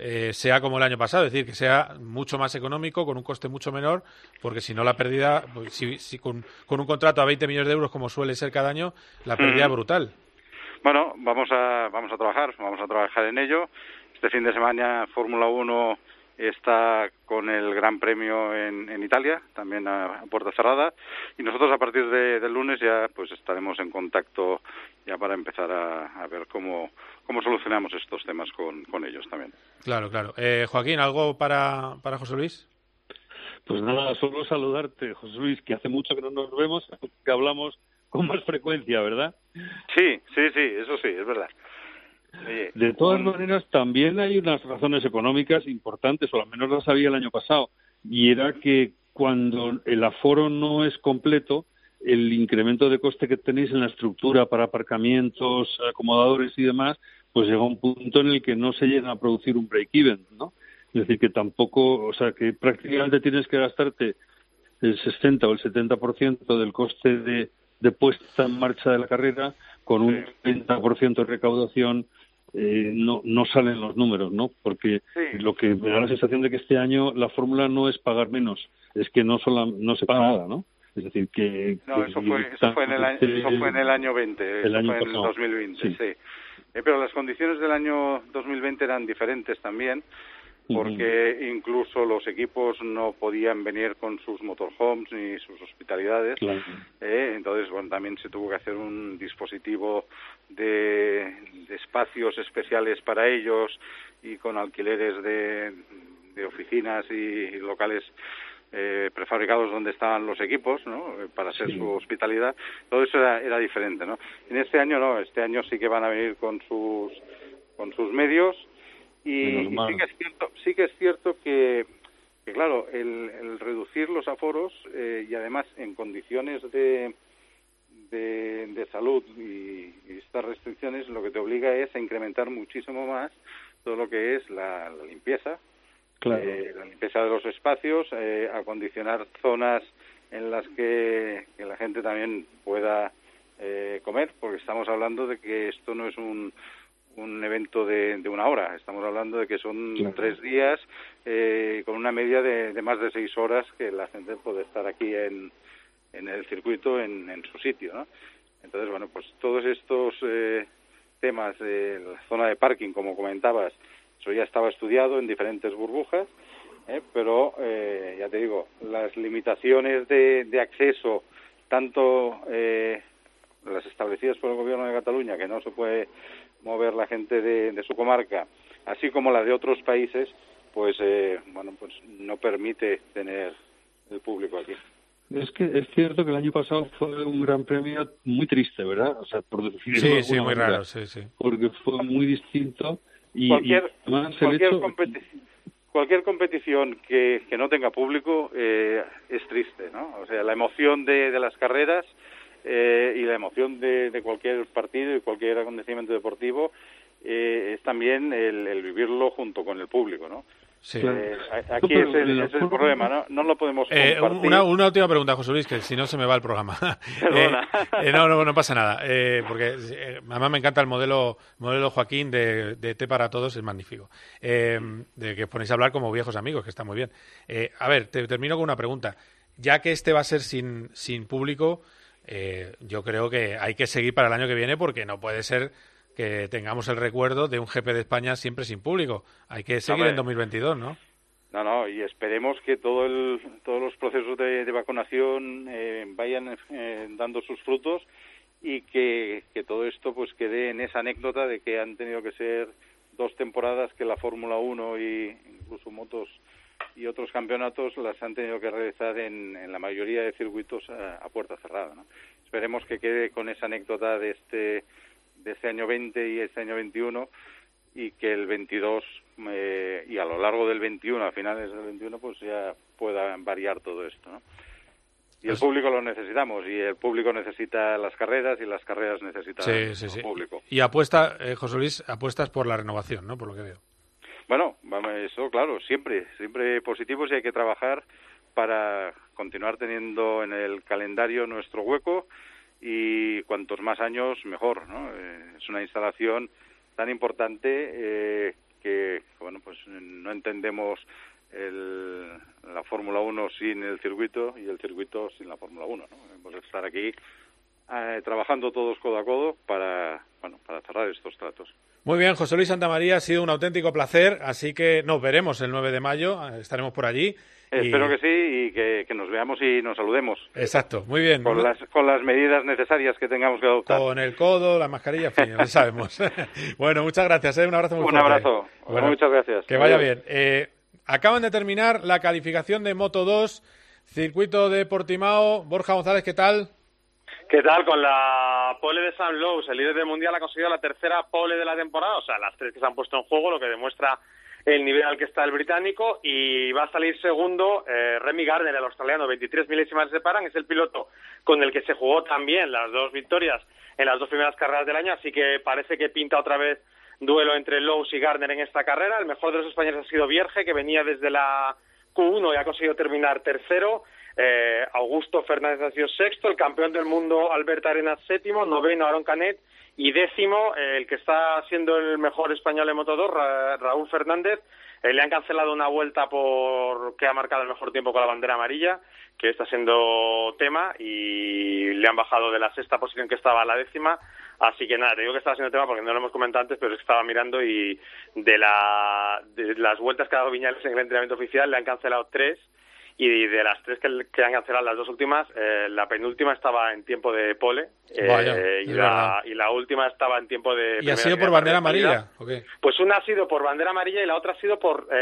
sea como el año pasado, es decir, que sea mucho más económico, con un coste mucho menor, porque si no la pérdida, pues, si con un contrato a 20 millones de euros como suele ser cada año, la pérdida es brutal. Bueno, vamos a trabajar en ello. Este fin de semana Fórmula 1 está con el Gran Premio en Italia, también a puerta cerrada, y nosotros a partir del lunes ya pues estaremos en contacto ya para empezar a ver cómo solucionamos estos temas con ellos también. Claro. Joaquín, ¿algo para José Luis? Pues nada, solo saludarte, José Luis, que hace mucho que no nos vemos, que hablamos con más frecuencia, ¿verdad? Sí, eso sí, es verdad. Oye, de todas maneras, también hay unas razones económicas importantes, o al menos las había el año pasado, y era que cuando el aforo no es completo, el incremento de coste que tenéis en la estructura para aparcamientos, acomodadores y demás, pues llega a un punto en el que no se llega a producir un break-even, ¿no? Es decir, que tampoco, o sea, que prácticamente tienes que gastarte el 60 o el 70% del coste de puesta en marcha de la carrera, con un 30% de recaudación, no salen los números, ¿no? Porque lo que me da la sensación de que este año la fórmula no es pagar menos, es que no se paga nada, ¿no? Es decir, que... No, eso fue en el año 20, el año fue en el 2020, sí. Pero las condiciones del año 2020 eran diferentes también, porque incluso los equipos no podían venir con sus motorhomes ni sus hospitalidades. Claro. Entonces, bueno, también se tuvo que hacer un dispositivo de espacios especiales para ellos, y con alquileres de oficinas y locales prefabricados donde estaban los equipos, ¿no? Para hacer su hospitalidad. Todo eso era diferente, ¿no? En este año no, este año sí que van a venir con sus medios y sí que es cierto que claro, el reducir los aforos y además en condiciones de salud y estas restricciones lo que te obliga es a incrementar muchísimo más todo lo que es la limpieza. Claro. La limpieza de los espacios, acondicionar zonas en las que la gente también pueda comer, porque estamos hablando de que esto no es un evento de una hora, estamos hablando de que son 3 días con una media de más de 6 horas que la gente puede estar aquí en el circuito, en su sitio, ¿no? Entonces, bueno, pues todos estos temas de la zona de parking, como comentabas, eso ya estaba estudiado en diferentes burbujas, pero ya te digo, las limitaciones de acceso, tanto las establecidas por el Gobierno de Cataluña, que no se puede mover la gente de su comarca, así como las de otros países, pues bueno, pues no permite tener el público aquí. Es que es cierto que el año pasado fue un gran premio muy triste, ¿verdad? O sea, por decirlo de alguna muy manera, raro, sí. Porque fue muy distinto y cualquier competición que no tenga público es triste, ¿no? O sea, la emoción de las carreras y la emoción de cualquier partido y cualquier acontecimiento deportivo es también el vivirlo junto con el público, ¿no? Sí. Aquí ese es el problema, no lo podemos compartir. Una última pregunta, José Luis, que si no se me va el programa. Perdona. No pasa nada, porque además me encanta el modelo Joaquín de Té para Todos, es magnífico. De que os ponéis a hablar como viejos amigos, que está muy bien. A ver, te termino con una pregunta. Ya que este va a ser sin público, yo creo que hay que seguir para el año que viene, porque no puede ser que tengamos el recuerdo de un GP de España siempre sin público. Hay que seguir en 2022, ¿no? No, y esperemos que todos los procesos de vacunación vayan dando sus frutos y que todo esto pues quede en esa anécdota de que han tenido que ser 2 temporadas que la Fórmula 1 y incluso motos y otros campeonatos las han tenido que realizar en la mayoría de circuitos a puerta cerrada, ¿no? Esperemos que quede con esa anécdota de este año 20 y este año 21 y que el 22 y a lo largo del 21, a finales del 21, pues ya pueda variar todo esto, ¿no? Y el público lo necesitamos, y el público necesita las carreras y las carreras necesitan el público. Y José Luis, apuestas por la renovación, ¿no? Por lo que veo. Bueno, eso claro, siempre positivos, y hay que trabajar para continuar teniendo en el calendario nuestro hueco, y cuantos más años mejor, ¿no? Es una instalación tan importante que, bueno, pues no entendemos la Fórmula 1 sin el circuito y el circuito sin la Fórmula 1, ¿no? Hemos de estar aquí trabajando todos codo a codo para cerrar estos tratos. Muy bien, José Luis Santamaría, ha sido un auténtico placer, así que nos veremos el 9 de mayo, estaremos por allí. Espero que sí, y que nos veamos y nos saludemos. Exacto, muy bien. Con las medidas necesarias que tengamos que adoptar. Con el codo, la mascarilla, en fin, lo sabemos. Bueno, muchas gracias, un abrazo muy fuerte. Un abrazo, bueno, muchas gracias. Que vaya bien. Acaban de terminar la calificación de Moto 2, circuito de Portimao. Borja González, ¿qué tal? ¿Qué tal? Con la pole de Sam Lowes, el líder del mundial ha conseguido la tercera pole de la temporada, o sea, las 3 que se han puesto en juego, lo que demuestra el nivel al que está el británico, y va a salir segundo Remy Gardner, el australiano, 23 milésimas se separan, es el piloto con el que se jugó también las 2 victorias en las 2 primeras carreras del año, así que parece que pinta otra vez duelo entre Lowes y Gardner en esta carrera. El mejor de los españoles ha sido Vierge, que venía desde la Q1 y ha conseguido terminar tercero. Augusto Fernández ha sido sexto, el campeón del mundo Albert Arenas séptimo, noveno Aaron Canet y décimo el que está siendo el mejor español en Moto2, Raúl Fernández. Le han cancelado una vuelta porque ha marcado el mejor tiempo con la bandera amarilla, que está siendo tema, y le han bajado de la 6ª posición que estaba a la 10ª. Así que nada, te digo que estaba siendo tema porque no lo hemos comentado antes, pero es que estaba mirando, y de las vueltas que ha dado Viñales en el entrenamiento oficial le han cancelado 3, y de las 3 que han cancelado, las 2 últimas, la penúltima estaba en tiempo de pole. Y la última estaba en tiempo de... ¿Y ha sido por bandera amarilla? ¿O qué? Pues una ha sido por bandera amarilla y la otra ha sido por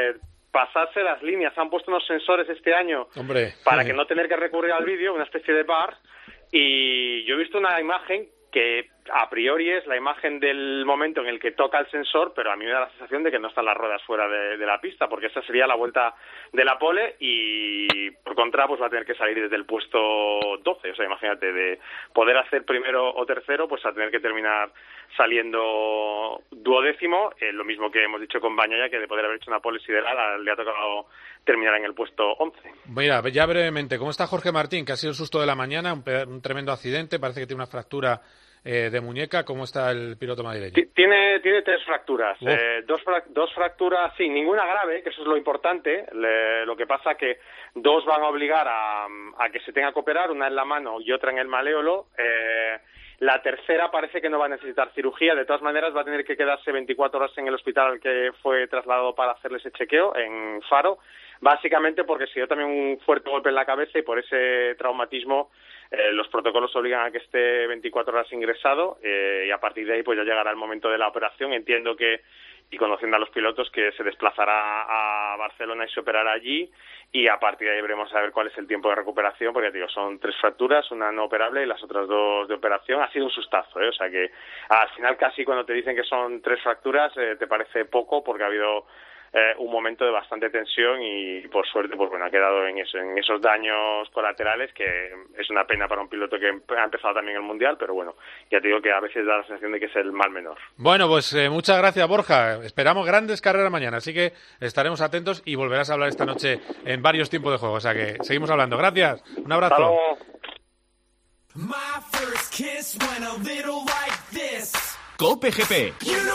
pasarse las líneas. Han puesto unos sensores este año para que no tener que recurrir al vídeo, una especie de VAR, y yo he visto una imagen que a priori es la imagen del momento en el que toca el sensor, pero a mí me da la sensación de que no están las ruedas fuera de la pista, porque esa sería la vuelta de la pole y por contra pues va a tener que salir desde el puesto 12, o sea, imagínate, de poder hacer primero o tercero, pues a tener que terminar saliendo duodécimo, lo mismo que hemos dicho con Bagnaia, que de poder haber hecho una pole sideral le ha tocado terminar en el puesto 11. Mira, ya brevemente, ¿cómo está Jorge Martín? Que ha sido el susto de la mañana, un tremendo accidente, parece que tiene una fractura de muñeca. ¿Cómo está el piloto madrileño? Tiene 3 fracturas, dos fracturas, sí, ninguna grave, que eso es lo importante. Lo que pasa que 2 van a obligar a que se tenga que operar, una en la mano y otra en el maléolo. La tercera parece que no va a necesitar cirugía, de todas maneras va a tener que quedarse 24 horas en el hospital al que fue trasladado para hacerle ese chequeo en Faro, básicamente porque se dio también un fuerte golpe en la cabeza y por ese traumatismo los protocolos obligan a que esté 24 horas ingresado y a partir de ahí pues ya llegará el momento de la operación. Entiendo que, y conociendo a los pilotos, que se desplazará a Barcelona y se operará allí y a partir de ahí veremos a ver cuál es el tiempo de recuperación, porque digo, son 3 fracturas, una no operable y las otras 2 de operación. Ha sido un sustazo, o sea que al final casi cuando te dicen que son 3 fracturas te parece poco, porque ha habido un momento de bastante tensión y por suerte pues bueno, ha quedado en esos daños colaterales, que es una pena para un piloto que ha empezado también el Mundial, pero bueno, ya te digo que a veces da la sensación de que es el mal menor. Bueno, pues muchas gracias, Borja. Esperamos grandes carreras mañana, así que estaremos atentos y volverás a hablar esta noche en varios tiempos de juego, o sea que seguimos hablando. Gracias, un abrazo. Hasta luego. Cope GP.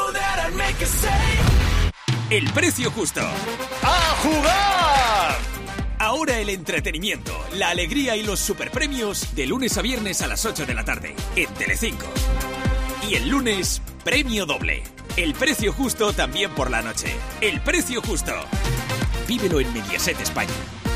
El precio justo. ¡A jugar! Ahora el entretenimiento, la alegría y los superpremios de lunes a viernes a las 8 de la tarde en Telecinco. Y el lunes, premio doble. El precio justo también por la noche. El precio justo. Vívelo en Mediaset España.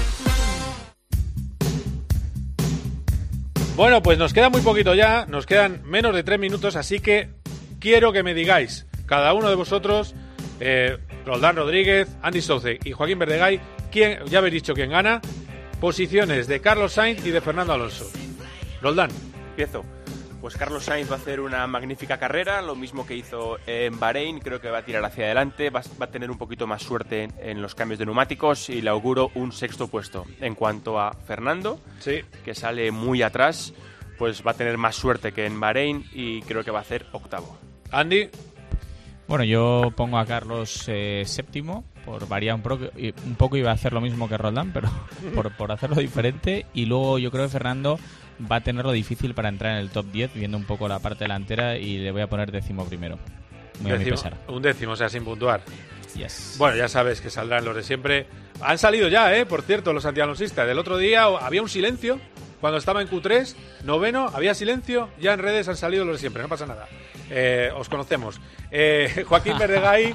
Bueno, pues nos queda muy poquito ya, nos quedan menos de 3 minutos, así que quiero que me digáis, cada uno de vosotros, Roldán Rodríguez, Andy Soucek y Joaquín Verdegay, ya habéis dicho quién gana, posiciones de Carlos Sainz y de Fernando Alonso. Roldán. Empiezo. Pues Carlos Sainz va a hacer una magnífica carrera, lo mismo que hizo en Bahrein, creo que va a tirar hacia adelante, va a tener un poquito más suerte en los cambios de neumáticos y le auguro un 6º puesto. En cuanto a Fernando, sí, que sale muy atrás, pues va a tener más suerte que en Bahrein y creo que va a hacer 8º. Andy. Bueno, yo pongo a Carlos 7º, por variar un poco iba a hacer lo mismo que Roldán, pero por hacerlo diferente. Y luego yo creo que Fernando va a tenerlo difícil para entrar en el top 10, viendo un poco la parte delantera, y le voy a poner 11º. Muy a mi pesar. Un 10º, o sea, sin puntuar. Yes. Bueno, ya sabes que saldrán los de siempre. Han salido ya, por cierto, los antialonsistas. Del otro día había un silencio. Cuando estaba en Q3, 9º, había silencio. Ya en redes han salido los de siempre, no pasa nada. Os conocemos. Joaquín Verdegay,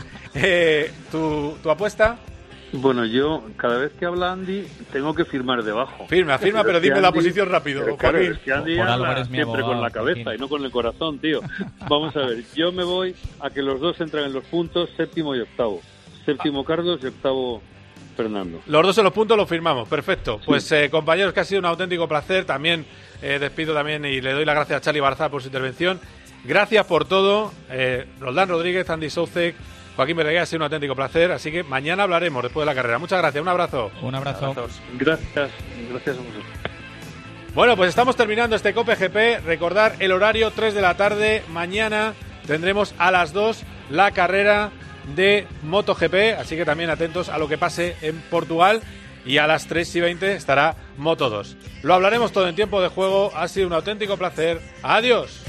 ¿tu apuesta? Bueno, yo cada vez que habla Andy tengo que firmar debajo. Firma, pero dime la posición rápido, claro, Joaquín. Es que Andy habla siempre con la cabeza, Joaquín, y no con el corazón, tío. Vamos a ver, yo me voy a que los dos entran en los puntos, 7º y 8º. 7º Carlos y 8º Fernando. Los dos en los puntos los firmamos, perfecto. Sí. Pues compañeros, que ha sido un auténtico placer. También despido también y le doy las gracias a Charly Barzal por su intervención. Gracias por todo. Roldán Rodríguez, Andy Soucek, Joaquín Verdegay, ha sido un auténtico placer. Así que mañana hablaremos después de la carrera. Muchas gracias, un abrazo. Un abrazo. Gracias a vosotros. Bueno, pues estamos terminando este Cope GP. Recordar el horario, 3 de la tarde. Mañana tendremos a las 2 la carrera de MotoGP, así que también atentos a lo que pase en Portugal, y a las 3:20 estará Moto2. Lo hablaremos todo en tiempo de juego. Ha sido un auténtico placer. Adiós.